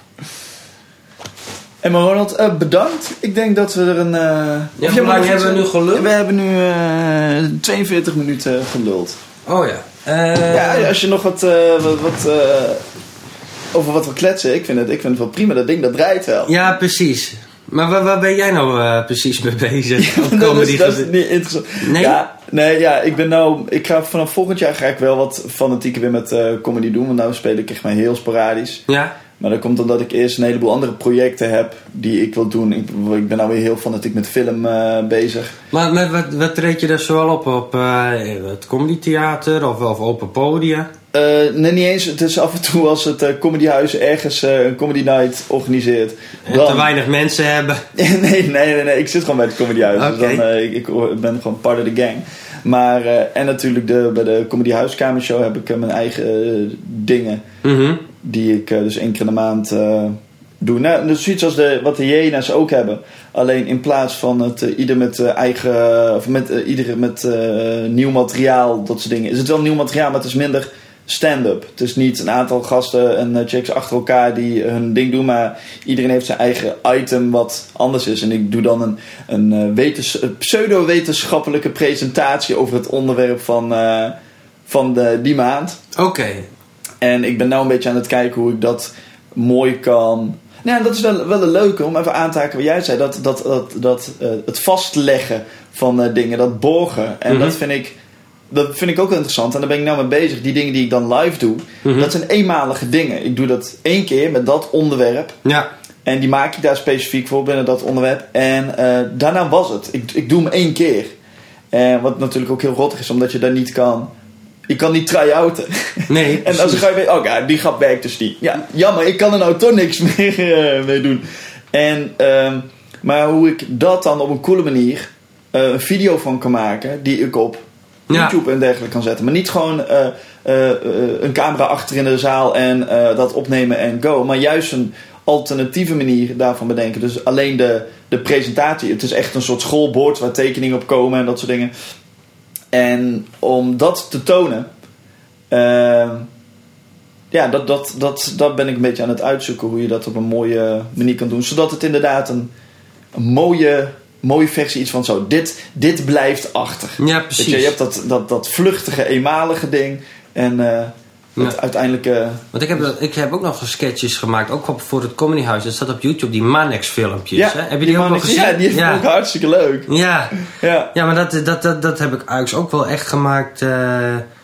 [SPEAKER 4] En maar Ronald, uh, bedankt. Ik denk dat we er een... Uh,
[SPEAKER 1] ja, hoe lang hebben we nu geluld?
[SPEAKER 4] We hebben nu uh, tweeënveertig minuten geluld.
[SPEAKER 1] Oh ja. Uh...
[SPEAKER 4] Ja, als je nog wat... Uh, wat, wat uh, over wat we kletsen. Ik vind, het, ik vind het wel prima. Dat ding, dat draait wel.
[SPEAKER 1] Ja, precies. Maar waar, waar ben jij nou uh, precies mee bezig?
[SPEAKER 4] Ja, dat, is, dat is niet interessant.
[SPEAKER 1] Nee?
[SPEAKER 4] Ja, nee, ja, ik ben nou... Ik ga vanaf volgend jaar ga ik wel wat fanatieker weer met uh, comedy doen. Want nou speel ik echt maar heel sporadisch.
[SPEAKER 1] Ja.
[SPEAKER 4] Maar dat komt omdat ik eerst een heleboel andere projecten heb die ik wil doen. Ik, ik ben nou weer heel fanatiek met film uh, bezig.
[SPEAKER 1] Maar met, wat, wat treed je daar zoal op? Op uh, het comedytheater of, of open podia?
[SPEAKER 4] Uh, nee, niet eens. Het is af en toe als het uh, comedyhuis ergens uh, een comedy night organiseert.
[SPEAKER 1] En dan... te weinig mensen hebben.
[SPEAKER 4] nee, nee, nee, nee. Ik zit gewoon bij het comedyhuis. Okay. Dus dan, uh, ik, ik ben gewoon part of the gang. Maar, uh, en natuurlijk de, bij de Comedy Huiskamershow heb ik uh, mijn eigen uh, dingen.
[SPEAKER 1] Mm-hmm.
[SPEAKER 4] Die ik uh, dus één keer in de maand uh, doen. Nou, dus zoiets als de, wat de hyena's ook hebben. Alleen in plaats van het uh, ieder met uh, eigen... Of met, uh, ieder met uh, nieuw materiaal, dat soort dingen. Is het wel nieuw materiaal, maar het is minder stand-up. Het is niet een aantal gasten en uh, chicks achter elkaar die hun ding doen. Maar iedereen heeft zijn eigen item wat anders is. En ik doe dan een, een uh, wetens, pseudo-wetenschappelijke presentatie over het onderwerp van, uh, van de, die maand.
[SPEAKER 1] Oké. Okay.
[SPEAKER 4] En ik ben nou een beetje aan het kijken hoe ik dat mooi kan... Nou, dat is wel, wel een leuke om even aan te haken wat jij zei. Dat, dat, dat, dat uh, het vastleggen van uh, dingen, dat borgen. En mm-hmm. dat, vind ik, dat vind ik ook interessant. En daar ben ik nou mee bezig. Die dingen die ik dan live doe, mm-hmm. dat zijn eenmalige dingen. Ik doe dat één keer met dat onderwerp.
[SPEAKER 1] Ja.
[SPEAKER 4] En die maak je daar specifiek voor binnen dat onderwerp. En uh, daarna was het. Ik, ik doe hem één keer. En wat natuurlijk ook heel rottig is, omdat je daar niet kan... Je kan niet try-outen.
[SPEAKER 1] Nee.
[SPEAKER 4] En dan ga je weer, oh ja, die grap werkt dus niet. Ja, jammer, ik kan er nou toch niks meer uh, mee doen. En, uh, maar hoe ik dat dan op een coole manier uh, een video van kan maken, die ik op YouTube ja. en dergelijke kan zetten. Maar niet gewoon uh, uh, uh, een camera achter in de zaal en uh, dat opnemen en go. Maar juist een alternatieve manier daarvan bedenken. Dus alleen de, de presentatie. Het is echt een soort schoolbord waar tekeningen op komen en dat soort dingen. En om dat te tonen, uh, ja, dat, dat, dat, dat ben ik een beetje aan het uitzoeken hoe je dat op een mooie manier kan doen. Zodat het inderdaad een, een mooie, mooie versie is van zo. Dit, dit blijft achter.
[SPEAKER 1] Ja, precies.
[SPEAKER 4] Weet je, je hebt dat, dat, dat vluchtige, eenmalige ding. En uh, het ja. uiteindelijke...
[SPEAKER 1] Want ik heb, ik heb ook nog sketches gemaakt, ook voor het Comedyhuis. Dat staat op YouTube, die Manex filmpjes.
[SPEAKER 4] Ja,
[SPEAKER 1] hè? Heb je die, die ook nog gezien?
[SPEAKER 4] Ja, die is ja. ook hartstikke leuk.
[SPEAKER 1] Ja,
[SPEAKER 4] ja.
[SPEAKER 1] ja maar dat, dat, dat, dat heb ik eigenlijk ook wel echt gemaakt... Uh,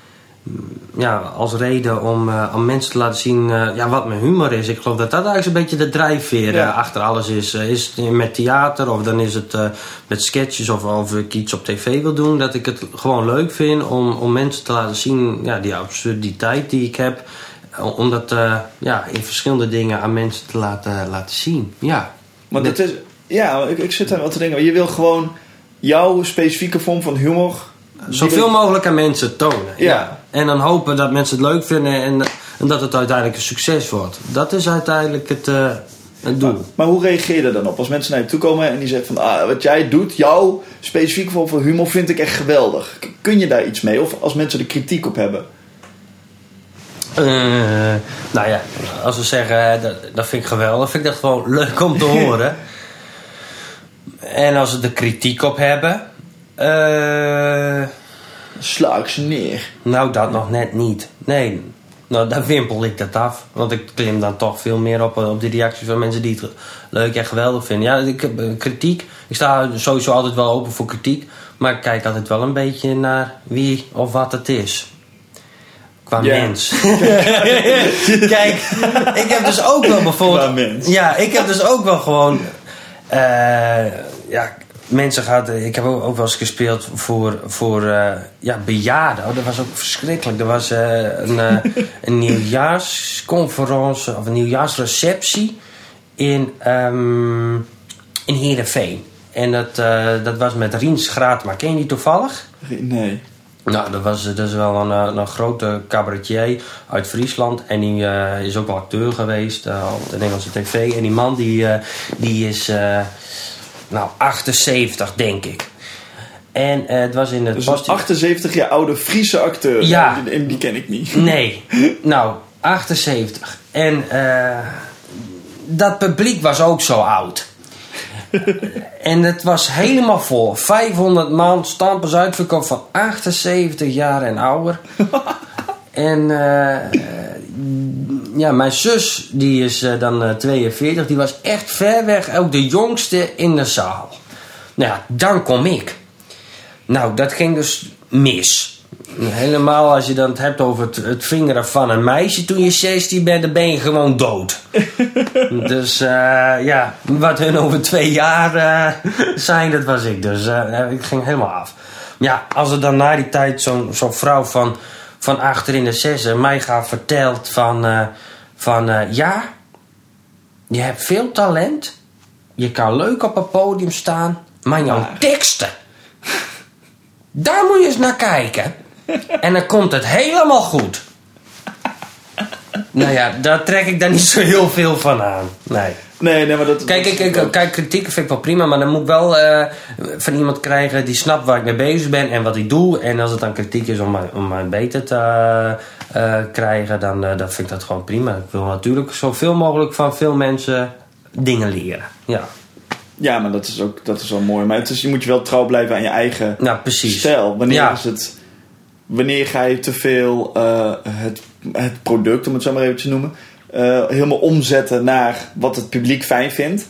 [SPEAKER 1] ja, als reden om uh, aan mensen te laten zien uh, ja, wat mijn humor is. Ik geloof dat dat eigenlijk een beetje de drijfveer ja. uh, achter alles is. Uh, is het met theater of dan is het uh, met sketches of of ik iets op tv wil doen. Dat ik het gewoon leuk vind om, om mensen te laten zien ja, die absurditeit die ik heb. Om dat uh, ja, in verschillende dingen aan mensen te laten, laten zien. Ja,
[SPEAKER 4] maar dat is, ja ik, ik zit daar wel te denken. Je wil gewoon jouw specifieke vorm van humor...
[SPEAKER 1] Zoveel mogelijk aan mensen tonen.
[SPEAKER 4] Ja.
[SPEAKER 1] ja. En dan hopen dat mensen het leuk vinden en, en dat het uiteindelijk een succes wordt. Dat is uiteindelijk het, uh, het doel.
[SPEAKER 4] Maar, maar hoe reageer je er dan op? Als mensen naar je toe komen en die zeggen van... Ah, wat jij doet, jouw specifieke vorm van humor vind ik echt geweldig. Kun je daar iets mee? Of als mensen er kritiek op hebben?
[SPEAKER 1] Uh, nou ja, als we zeggen, dat, dat vind ik geweldig. Vind ik dat gewoon leuk om te horen. En als ze er kritiek op hebben... Uh,
[SPEAKER 4] Sla ik ze neer?
[SPEAKER 1] Nou, dat nog net niet. Nee, nou, dan wimpel ik dat af. Want ik klim dan toch veel meer op, op de reacties van mensen die het leuk en geweldig vinden. Ja, ik heb uh, kritiek. Ik sta sowieso altijd wel open voor kritiek. Maar ik kijk altijd wel een beetje naar wie of wat het is. Qua yeah. mens. Kijk, ik heb dus ook wel bijvoorbeeld...
[SPEAKER 4] Qua mens.
[SPEAKER 1] Ja, ik heb dus ook wel gewoon... Uh, ja... Mensen gaan, ik heb ook, ook wel eens gespeeld voor, voor uh, ja, bejaarden. Oh, dat was ook verschrikkelijk. Er was uh, een, uh, een nieuwjaarsconferentie of een nieuwjaarsreceptie in, um, in Heerenveen. En dat, uh, dat was met Riens Graatma. Ken je die toevallig?
[SPEAKER 4] Nee.
[SPEAKER 1] Nou, dat, was, dat is wel een, een grote cabaretier uit Friesland. En die uh, is ook wel acteur geweest uh, op de Nederlandse tv. En die man die, uh, die is... Uh, Nou, achtenzeventig denk ik. En uh, het was in het...
[SPEAKER 4] Dus een achtenzeventig jaar oude Friese acteur.
[SPEAKER 1] Ja.
[SPEAKER 4] En die ken ik niet.
[SPEAKER 1] Nee. Nou, achtenzeventig. En uh, dat publiek was ook zo oud. En het was helemaal vol. vijfhonderd man, stampers uitverkoop van achtenzeventig jaar en ouder. En... Uh, ja, mijn zus, die is uh, dan uh, tweeënveertig, die was echt ver weg ook de jongste in de zaal. Nou ja, dan kom ik. Nou, dat ging dus mis. Helemaal als je dan het hebt over het, het vingeren van een meisje toen je zestien bent, dan ben je gewoon dood. Dus uh, ja, wat hun over twee jaar uh, zijn, dat was ik. Dus uh, ik ging helemaal af. Ja, als er dan na die tijd zo'n zo'n vrouw van... van achter in de zessen mij gaat verteld van, uh, van uh, ja, je hebt veel talent, je kan leuk op een podium staan, maar jouw maar. teksten, daar moet je eens naar kijken en dan komt het helemaal goed. Nou ja, daar trek ik dan niet zo heel veel van aan. Nee.
[SPEAKER 4] Nee, nee, maar dat...
[SPEAKER 1] Kijk, ik, ik, kijk, kritiek vind ik wel prima, maar dan moet ik wel uh, van iemand krijgen die snapt waar ik mee bezig ben en wat ik doe. En als het dan kritiek is om mij, om mij beter te uh, uh, krijgen, dan, uh, dan vind ik dat gewoon prima. Ik wil natuurlijk zoveel mogelijk van veel mensen dingen leren. Ja,
[SPEAKER 4] ja maar dat is ook dat is wel mooi. Maar het is, je moet je wel trouw blijven aan je eigen
[SPEAKER 1] nou, precies.
[SPEAKER 4] stijl. Wanneer
[SPEAKER 1] ja.
[SPEAKER 4] is het... Wanneer ga je te veel uh, het, het product, om het zo maar even te noemen... Uh, helemaal omzetten naar wat het publiek fijn vindt.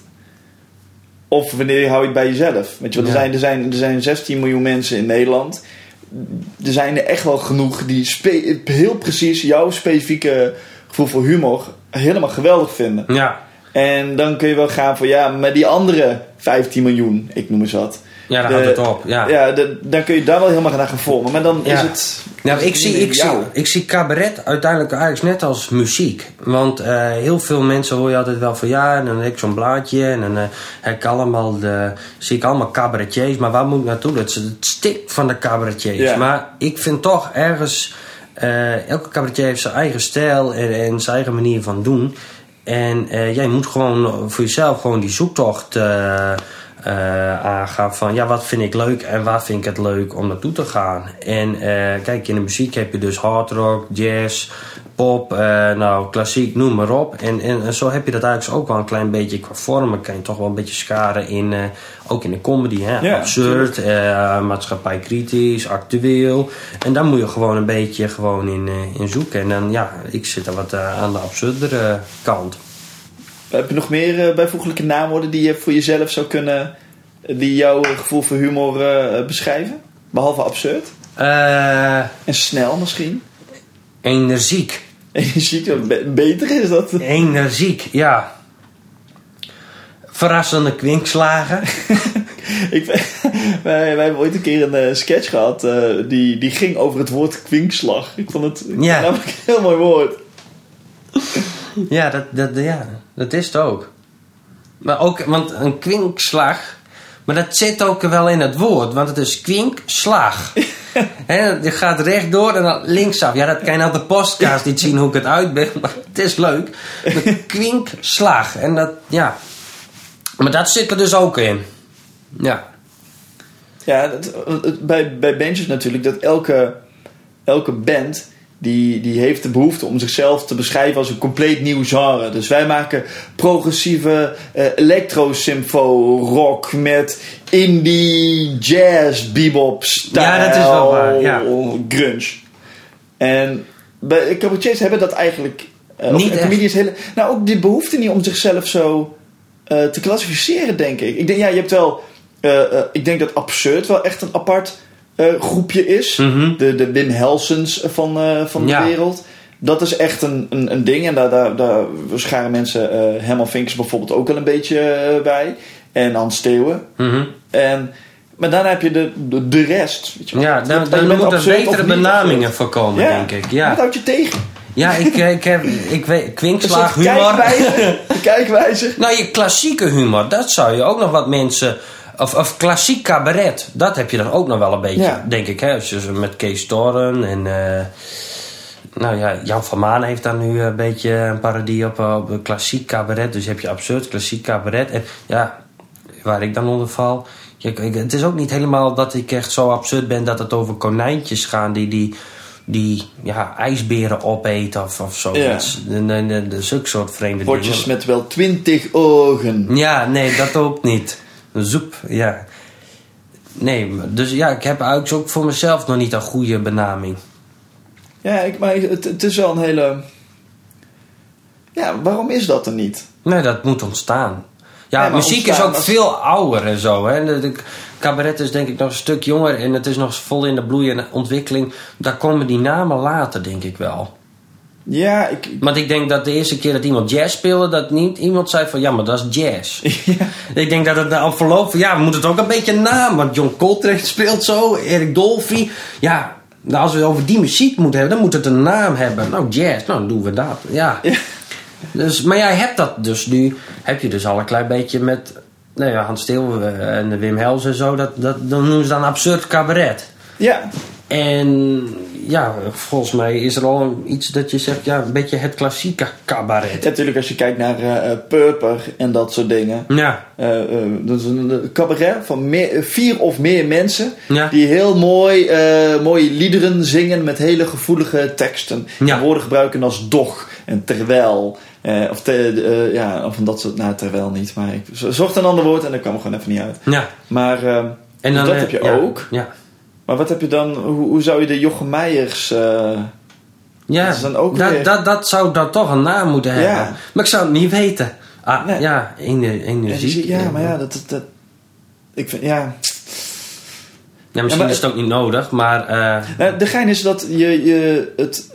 [SPEAKER 4] Of wanneer hou je het bij jezelf. Weet je, want ja. er, zijn, er, zijn, er zijn zestien miljoen mensen in Nederland. Er zijn er echt wel genoeg die spe- heel precies jouw specifieke gevoel voor humor helemaal geweldig vinden.
[SPEAKER 1] Ja.
[SPEAKER 4] En dan kun je wel gaan voor ja, maar die andere vijftien miljoen, ik noem eens wat.
[SPEAKER 1] Ja, daar
[SPEAKER 4] de,
[SPEAKER 1] houdt het op. Ja,
[SPEAKER 4] ja de, dan kun je daar wel helemaal naar gaan vormen. Maar dan
[SPEAKER 1] ja.
[SPEAKER 4] is het...
[SPEAKER 1] Nou, ik, zie, ik, zie, ik zie cabaret uiteindelijk eigenlijk net als muziek. Want uh, heel veel mensen hoor je altijd wel van ja, en dan heb ik zo'n blaadje en dan uh, heb ik allemaal de, zie ik allemaal cabaretiers. Maar waar moet ik naartoe? Dat is het stikt van de cabaretiers. Ja. Maar ik vind toch ergens, uh, elke cabaretier heeft zijn eigen stijl en, en zijn eigen manier van doen. En uh, jij moet gewoon voor jezelf gewoon die zoektocht uh, uh, aangaan van ja, wat vind ik leuk en waar vind ik het leuk om naartoe te gaan. En uh, kijk, in de muziek heb je dus hard rock, jazz, pop, uh, nou klassiek, noem maar op. En, en, en zo heb je dat eigenlijk ook wel een klein beetje qua vormen. Kan je toch wel een beetje scharen in, uh, ook in de comedy, hè? Ja, absurd, uh, maatschappijkritisch, actueel. En daar moet je gewoon een beetje gewoon in, uh, in zoeken. En dan ja, ik zit er wat uh, aan de absurdere kant.
[SPEAKER 4] Heb je nog meer uh, bijvoeglijke naamwoorden die je voor jezelf zou kunnen, die jouw gevoel voor humor uh, beschrijven? Behalve absurd?
[SPEAKER 1] Uh,
[SPEAKER 4] en snel misschien?
[SPEAKER 1] Energiek.
[SPEAKER 4] Energiek, wat beter is dat?
[SPEAKER 1] Energiek, ja. Verrassende kwinkslagen.
[SPEAKER 4] Ik, wij, wij hebben ooit een keer een uh, sketch gehad uh, die, die ging over het woord kwinkslag. Ik vond het
[SPEAKER 1] ja.
[SPEAKER 4] namelijk een heel mooi woord.
[SPEAKER 1] Ja, dat, dat, ja, dat is het ook. Maar ook, want een kwinkslag, maar dat zit ook wel in het woord, want het is kwinkslag. He, je gaat rechtdoor en dan linksaf. Ja, dat kan je op de podcast niet zien hoe ik het uitbeeld, maar het is leuk. Een kwinkslag. En dat, ja. Maar dat zit er dus ook in. Ja.
[SPEAKER 4] Ja, het, het, bij, bij bandjes natuurlijk, dat elke, elke band... Die, die heeft de behoefte om zichzelf te beschrijven als een compleet nieuw genre. Dus wij maken progressieve uh, electro-symfo rock met indie, jazz, bebop stijl.
[SPEAKER 1] Ja, dat is wel waar. Ja.
[SPEAKER 4] Grunge. En bij cabaretiers hebben dat eigenlijk... Uh,
[SPEAKER 1] niet
[SPEAKER 4] comedians hele, nou, ook die behoefte niet om zichzelf zo uh, te klassificeren, denk ik. Ik denk, ja, je hebt wel... Uh, uh, ik denk dat absurd wel echt een apart... Uh, groepje is.
[SPEAKER 1] Mm-hmm. De,
[SPEAKER 4] de Wim Helsens van, uh, van de
[SPEAKER 1] ja.
[SPEAKER 4] wereld. Dat is echt een, een, een ding. En daar, daar, daar scharen mensen... Uh, Herman Vinkers bijvoorbeeld ook wel een beetje uh, bij. En Hans Steeuwen.
[SPEAKER 1] Mm-hmm.
[SPEAKER 4] En, maar dan heb je de, de, de rest. Weet je wel.
[SPEAKER 1] Ja, dan, dan moeten er betere benamingen voor komen,
[SPEAKER 4] ja.
[SPEAKER 1] denk ik. Ja.
[SPEAKER 4] Wat houd je tegen?
[SPEAKER 1] Ja, ik, ik heb... Ik weet, kwinkslaag, humor.
[SPEAKER 4] Kijkwijze. kijkwijze.
[SPEAKER 1] Nou, je klassieke humor, dat zou je ook nog wat mensen... Of, of klassiek cabaret, dat heb je dan ook nog wel een beetje, ja. denk ik. Hè? Als je met Kees Toren en... Uh, nou ja, Jan van Maan heeft daar nu een beetje een parodie op, op klassiek cabaret. Dus heb je absurd klassiek cabaret. En ja, waar ik dan onder val... Ja, het is ook niet helemaal dat ik echt zo absurd ben dat het over konijntjes gaan die... die die ja, ijsberen opeten of, of zoiets. Ja. De, de, de, de, zulke soort vreemde
[SPEAKER 4] Potjes
[SPEAKER 1] dingen.
[SPEAKER 4] met wel twintig ogen.
[SPEAKER 1] Ja, nee, dat ook niet. Een zoep, ja. Nee, dus ja, ik heb eigenlijk ook voor mezelf nog niet een goede benaming.
[SPEAKER 4] Ja, ik, maar het, het is wel een hele... Ja, waarom is dat er niet?
[SPEAKER 1] Nee, dat moet ontstaan. Ja, ja muziek ontstaan, is ook als... veel ouder en zo. Hè. De, de cabaret is denk ik nog een stuk jonger en het is nog vol in de bloei en ontwikkeling. Daar komen die namen later, denk ik wel.
[SPEAKER 4] Ja, ik...
[SPEAKER 1] Want ik denk dat de eerste keer dat iemand jazz speelde, dat niet iemand zei van ja, maar dat is jazz. Ja. Ik denk dat het na verloop van ja, we moeten het ook een beetje naam. Want John Coltrane speelt zo, Eric Dolphy. Ja, nou, als we over die muziek moeten hebben, dan moet het een naam hebben. Nou, jazz, nou dan doen we dat. Ja. Ja. Dus, maar jij hebt dat dus nu, heb je dus al een klein beetje met nou ja, Hans Steeuwen en Wim Hels en zo. Dat, dat, dan noemen ze dan absurd cabaret.
[SPEAKER 4] Ja.
[SPEAKER 1] En ja, volgens mij is er al een, iets dat je zegt, ja, een beetje het klassieke cabaret.
[SPEAKER 4] Ja, natuurlijk, als je kijkt naar uh, Purper en dat soort dingen.
[SPEAKER 1] Ja.
[SPEAKER 4] Uh, uh, dat is een cabaret van meer, vier of meer mensen.
[SPEAKER 1] Ja.
[SPEAKER 4] Die heel mooi, uh, mooie liederen zingen met hele gevoelige teksten.
[SPEAKER 1] Ja.
[SPEAKER 4] En woorden gebruiken als doch en terwijl. Uh, of, te, uh, ja, of dat soort, nou terwijl niet. Maar ik zocht een ander woord en dat kwam er gewoon even niet uit.
[SPEAKER 1] Ja.
[SPEAKER 4] Maar uh,
[SPEAKER 1] en dan,
[SPEAKER 4] dat
[SPEAKER 1] uh,
[SPEAKER 4] heb je
[SPEAKER 1] ja,
[SPEAKER 4] ook.
[SPEAKER 1] Ja.
[SPEAKER 4] Maar wat heb je dan, hoe, hoe zou je de Jochem Meijers... Uh,
[SPEAKER 1] Ja,
[SPEAKER 4] dat, is dan ook
[SPEAKER 1] dat,
[SPEAKER 4] weer...
[SPEAKER 1] dat, dat zou dan toch een naam moeten hebben.
[SPEAKER 4] Ja.
[SPEAKER 1] Maar ik zou het niet weten. Ah,
[SPEAKER 4] Nee.
[SPEAKER 1] ja, ener- energie.
[SPEAKER 4] Ja, ja, maar ja, dat... dat, dat ik vind, ja...
[SPEAKER 1] Ja, misschien
[SPEAKER 4] Ja, maar
[SPEAKER 1] is het ook niet nodig, maar... Uh,
[SPEAKER 4] Nou, de gein is dat je, je het...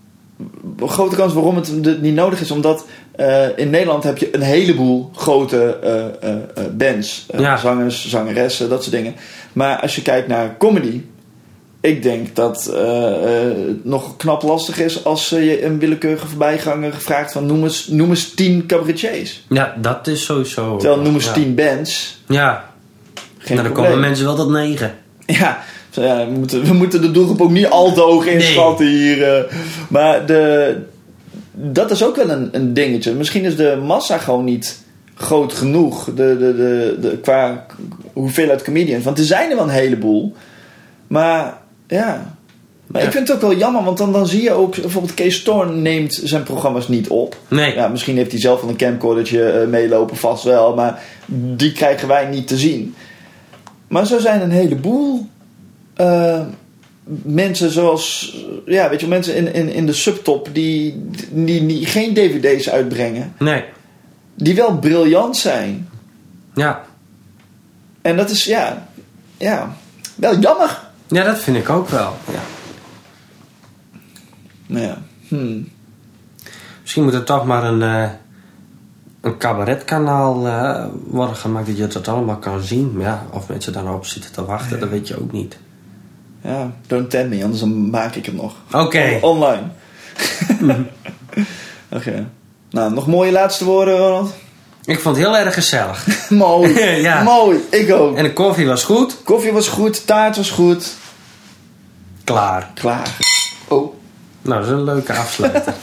[SPEAKER 4] Een grote kans waarom het niet nodig is, omdat uh, in Nederland heb je een heleboel grote uh, uh, uh, bands. Uh,
[SPEAKER 1] Ja.
[SPEAKER 4] Zangers, zangeressen, dat soort dingen. Maar als je kijkt naar comedy, ik denk dat uh, uh, het nog knap lastig is als uh, je een willekeurige voorbijganger vraagt van noem eens, noem eens tien cabaretiers.
[SPEAKER 1] ja, dat is sowieso...
[SPEAKER 4] Terwijl noem eens
[SPEAKER 1] ja.
[SPEAKER 4] tien bands.
[SPEAKER 1] Ja,
[SPEAKER 4] Geen
[SPEAKER 1] nou, dan
[SPEAKER 4] probleem.
[SPEAKER 1] komen mensen wel tot negen.
[SPEAKER 4] Ja, ja we, moeten, we moeten de doelgroep ook niet al te hoog inschatten hier. Uh, maar de, dat is ook wel een, een dingetje. Misschien is de massa gewoon niet groot genoeg. De, de, de, de, qua hoeveelheid comedians. Want er zijn er wel een heleboel. Maar ja... Maar
[SPEAKER 1] Ja.
[SPEAKER 4] ik vind het ook wel jammer, want dan, dan zie je ook... Bijvoorbeeld Kees Thorn neemt zijn programma's niet op.
[SPEAKER 1] Nee.
[SPEAKER 4] Ja, misschien heeft hij zelf wel een camcordertje uh, meelopen, vast wel. Maar die krijgen wij niet te zien. Maar zo zijn een heleboel uh, mensen zoals... Ja, weet je, mensen in, in, in de subtop die, die, die geen D V D's uitbrengen.
[SPEAKER 1] Nee.
[SPEAKER 4] Die wel briljant zijn.
[SPEAKER 1] Ja.
[SPEAKER 4] En dat is, ja... Ja, wel jammer.
[SPEAKER 1] Ja, dat vind ik ook wel. Ja.
[SPEAKER 4] Nou ja, hmm.
[SPEAKER 1] Misschien moet er toch maar een, uh, een cabaretkanaal uh, worden gemaakt dat je dat allemaal kan zien. Maar ja, of mensen daar nou op zitten te wachten,
[SPEAKER 4] Ja.
[SPEAKER 1] dat weet je ook niet.
[SPEAKER 4] Ja, don't tempt me, anders dan maak ik het nog.
[SPEAKER 1] Oké.
[SPEAKER 4] On- online. Oké. Okay. Nou, nog mooie laatste woorden, Ronald?
[SPEAKER 1] Ik vond het heel erg gezellig.
[SPEAKER 4] Mooi.
[SPEAKER 1] Ja.
[SPEAKER 4] Mooi, ik ook.
[SPEAKER 1] En de koffie was goed.
[SPEAKER 4] Koffie was goed, taart was goed.
[SPEAKER 1] Klaar.
[SPEAKER 4] Klaar. Oh.
[SPEAKER 1] Nou, dat is een leuke afsluiter.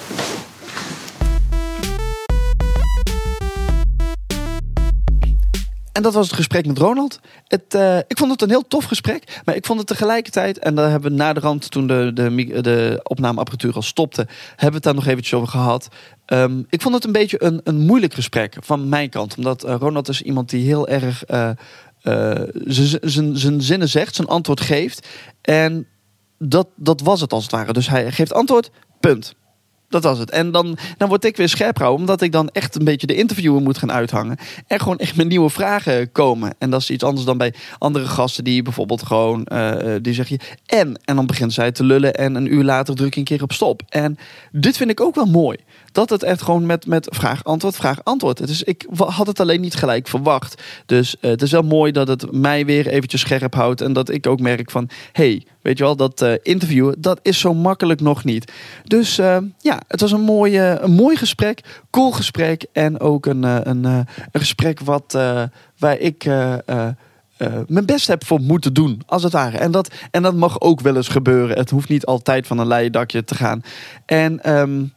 [SPEAKER 2] En dat was het gesprek met Ronald. Het, uh, ik vond het een heel tof gesprek. Maar ik vond het tegelijkertijd... En daar hebben we na de rand, toen de, de, de opnameapparatuur al stopte... hebben we het daar nog eventjes over gehad. Um, ik vond het een beetje een, een moeilijk gesprek van mijn kant. Omdat uh, Ronald is iemand die heel erg... Uh, uh, zijn zinnen zegt, zijn antwoord geeft. En dat, dat was het als het ware. Dus hij geeft antwoord, punt. Dat was het. En dan, dan word ik weer scherp gehouden, omdat ik dan echt een beetje de interviewer moet gaan uithangen. En gewoon echt met nieuwe vragen komen. En dat is iets anders dan bij andere gasten die bijvoorbeeld gewoon, uh, die zeg je en. En dan begint zij te lullen en een uur later druk je een keer op stop. En dit vind ik ook wel mooi. Dat het echt gewoon met, met vraag, antwoord, vraag, antwoord. Dus ik had het alleen niet gelijk verwacht. Dus uh, het is wel mooi dat het mij weer eventjes scherp houdt. En dat ik ook merk van, hey, weet je wel, dat uh, interviewen, dat is zo makkelijk nog niet. Dus uh, ja, het was een mooi, uh, een mooi gesprek, cool gesprek. En ook een, uh, een, uh, een gesprek wat, uh, waar ik... Uh, uh, Uh, mijn best heb voor moeten doen, als het ware. En dat, en dat mag ook wel eens gebeuren. Het hoeft niet altijd van een leien dakje te gaan. En... Um,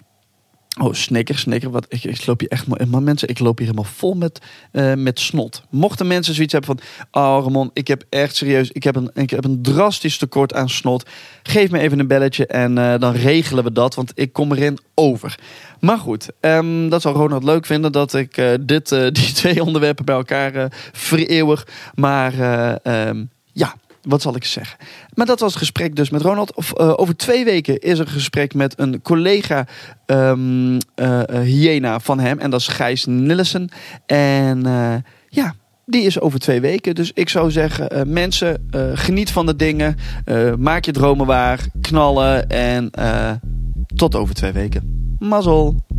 [SPEAKER 2] Oh, snikker, snikker. Wat, ik, ik loop hier echt... Maar mensen, ik loop hier helemaal vol met, uh, met snot. Mochten mensen zoiets hebben van... Oh, Ramon, ik heb echt serieus... Ik heb een, ik heb een drastisch tekort aan snot. Geef me even een belletje en uh, dan regelen we dat. Want ik kom erin over. Maar goed, um, dat zal Ronald leuk vinden... dat ik uh, dit, uh, die twee onderwerpen bij elkaar uh, vereeuwig. Maar uh, um, ja... Wat zal ik zeggen? Maar dat was het gesprek dus met Ronald. Of, uh, over twee weken is er een gesprek met een collega um, uh, hyena van hem. En dat is Gijs Nillessen. En uh, ja, die is over twee weken. Dus ik zou zeggen, uh, mensen, uh, geniet van de dingen. Uh, maak je dromen waar. Knallen. En uh, tot over twee weken. Mazzel.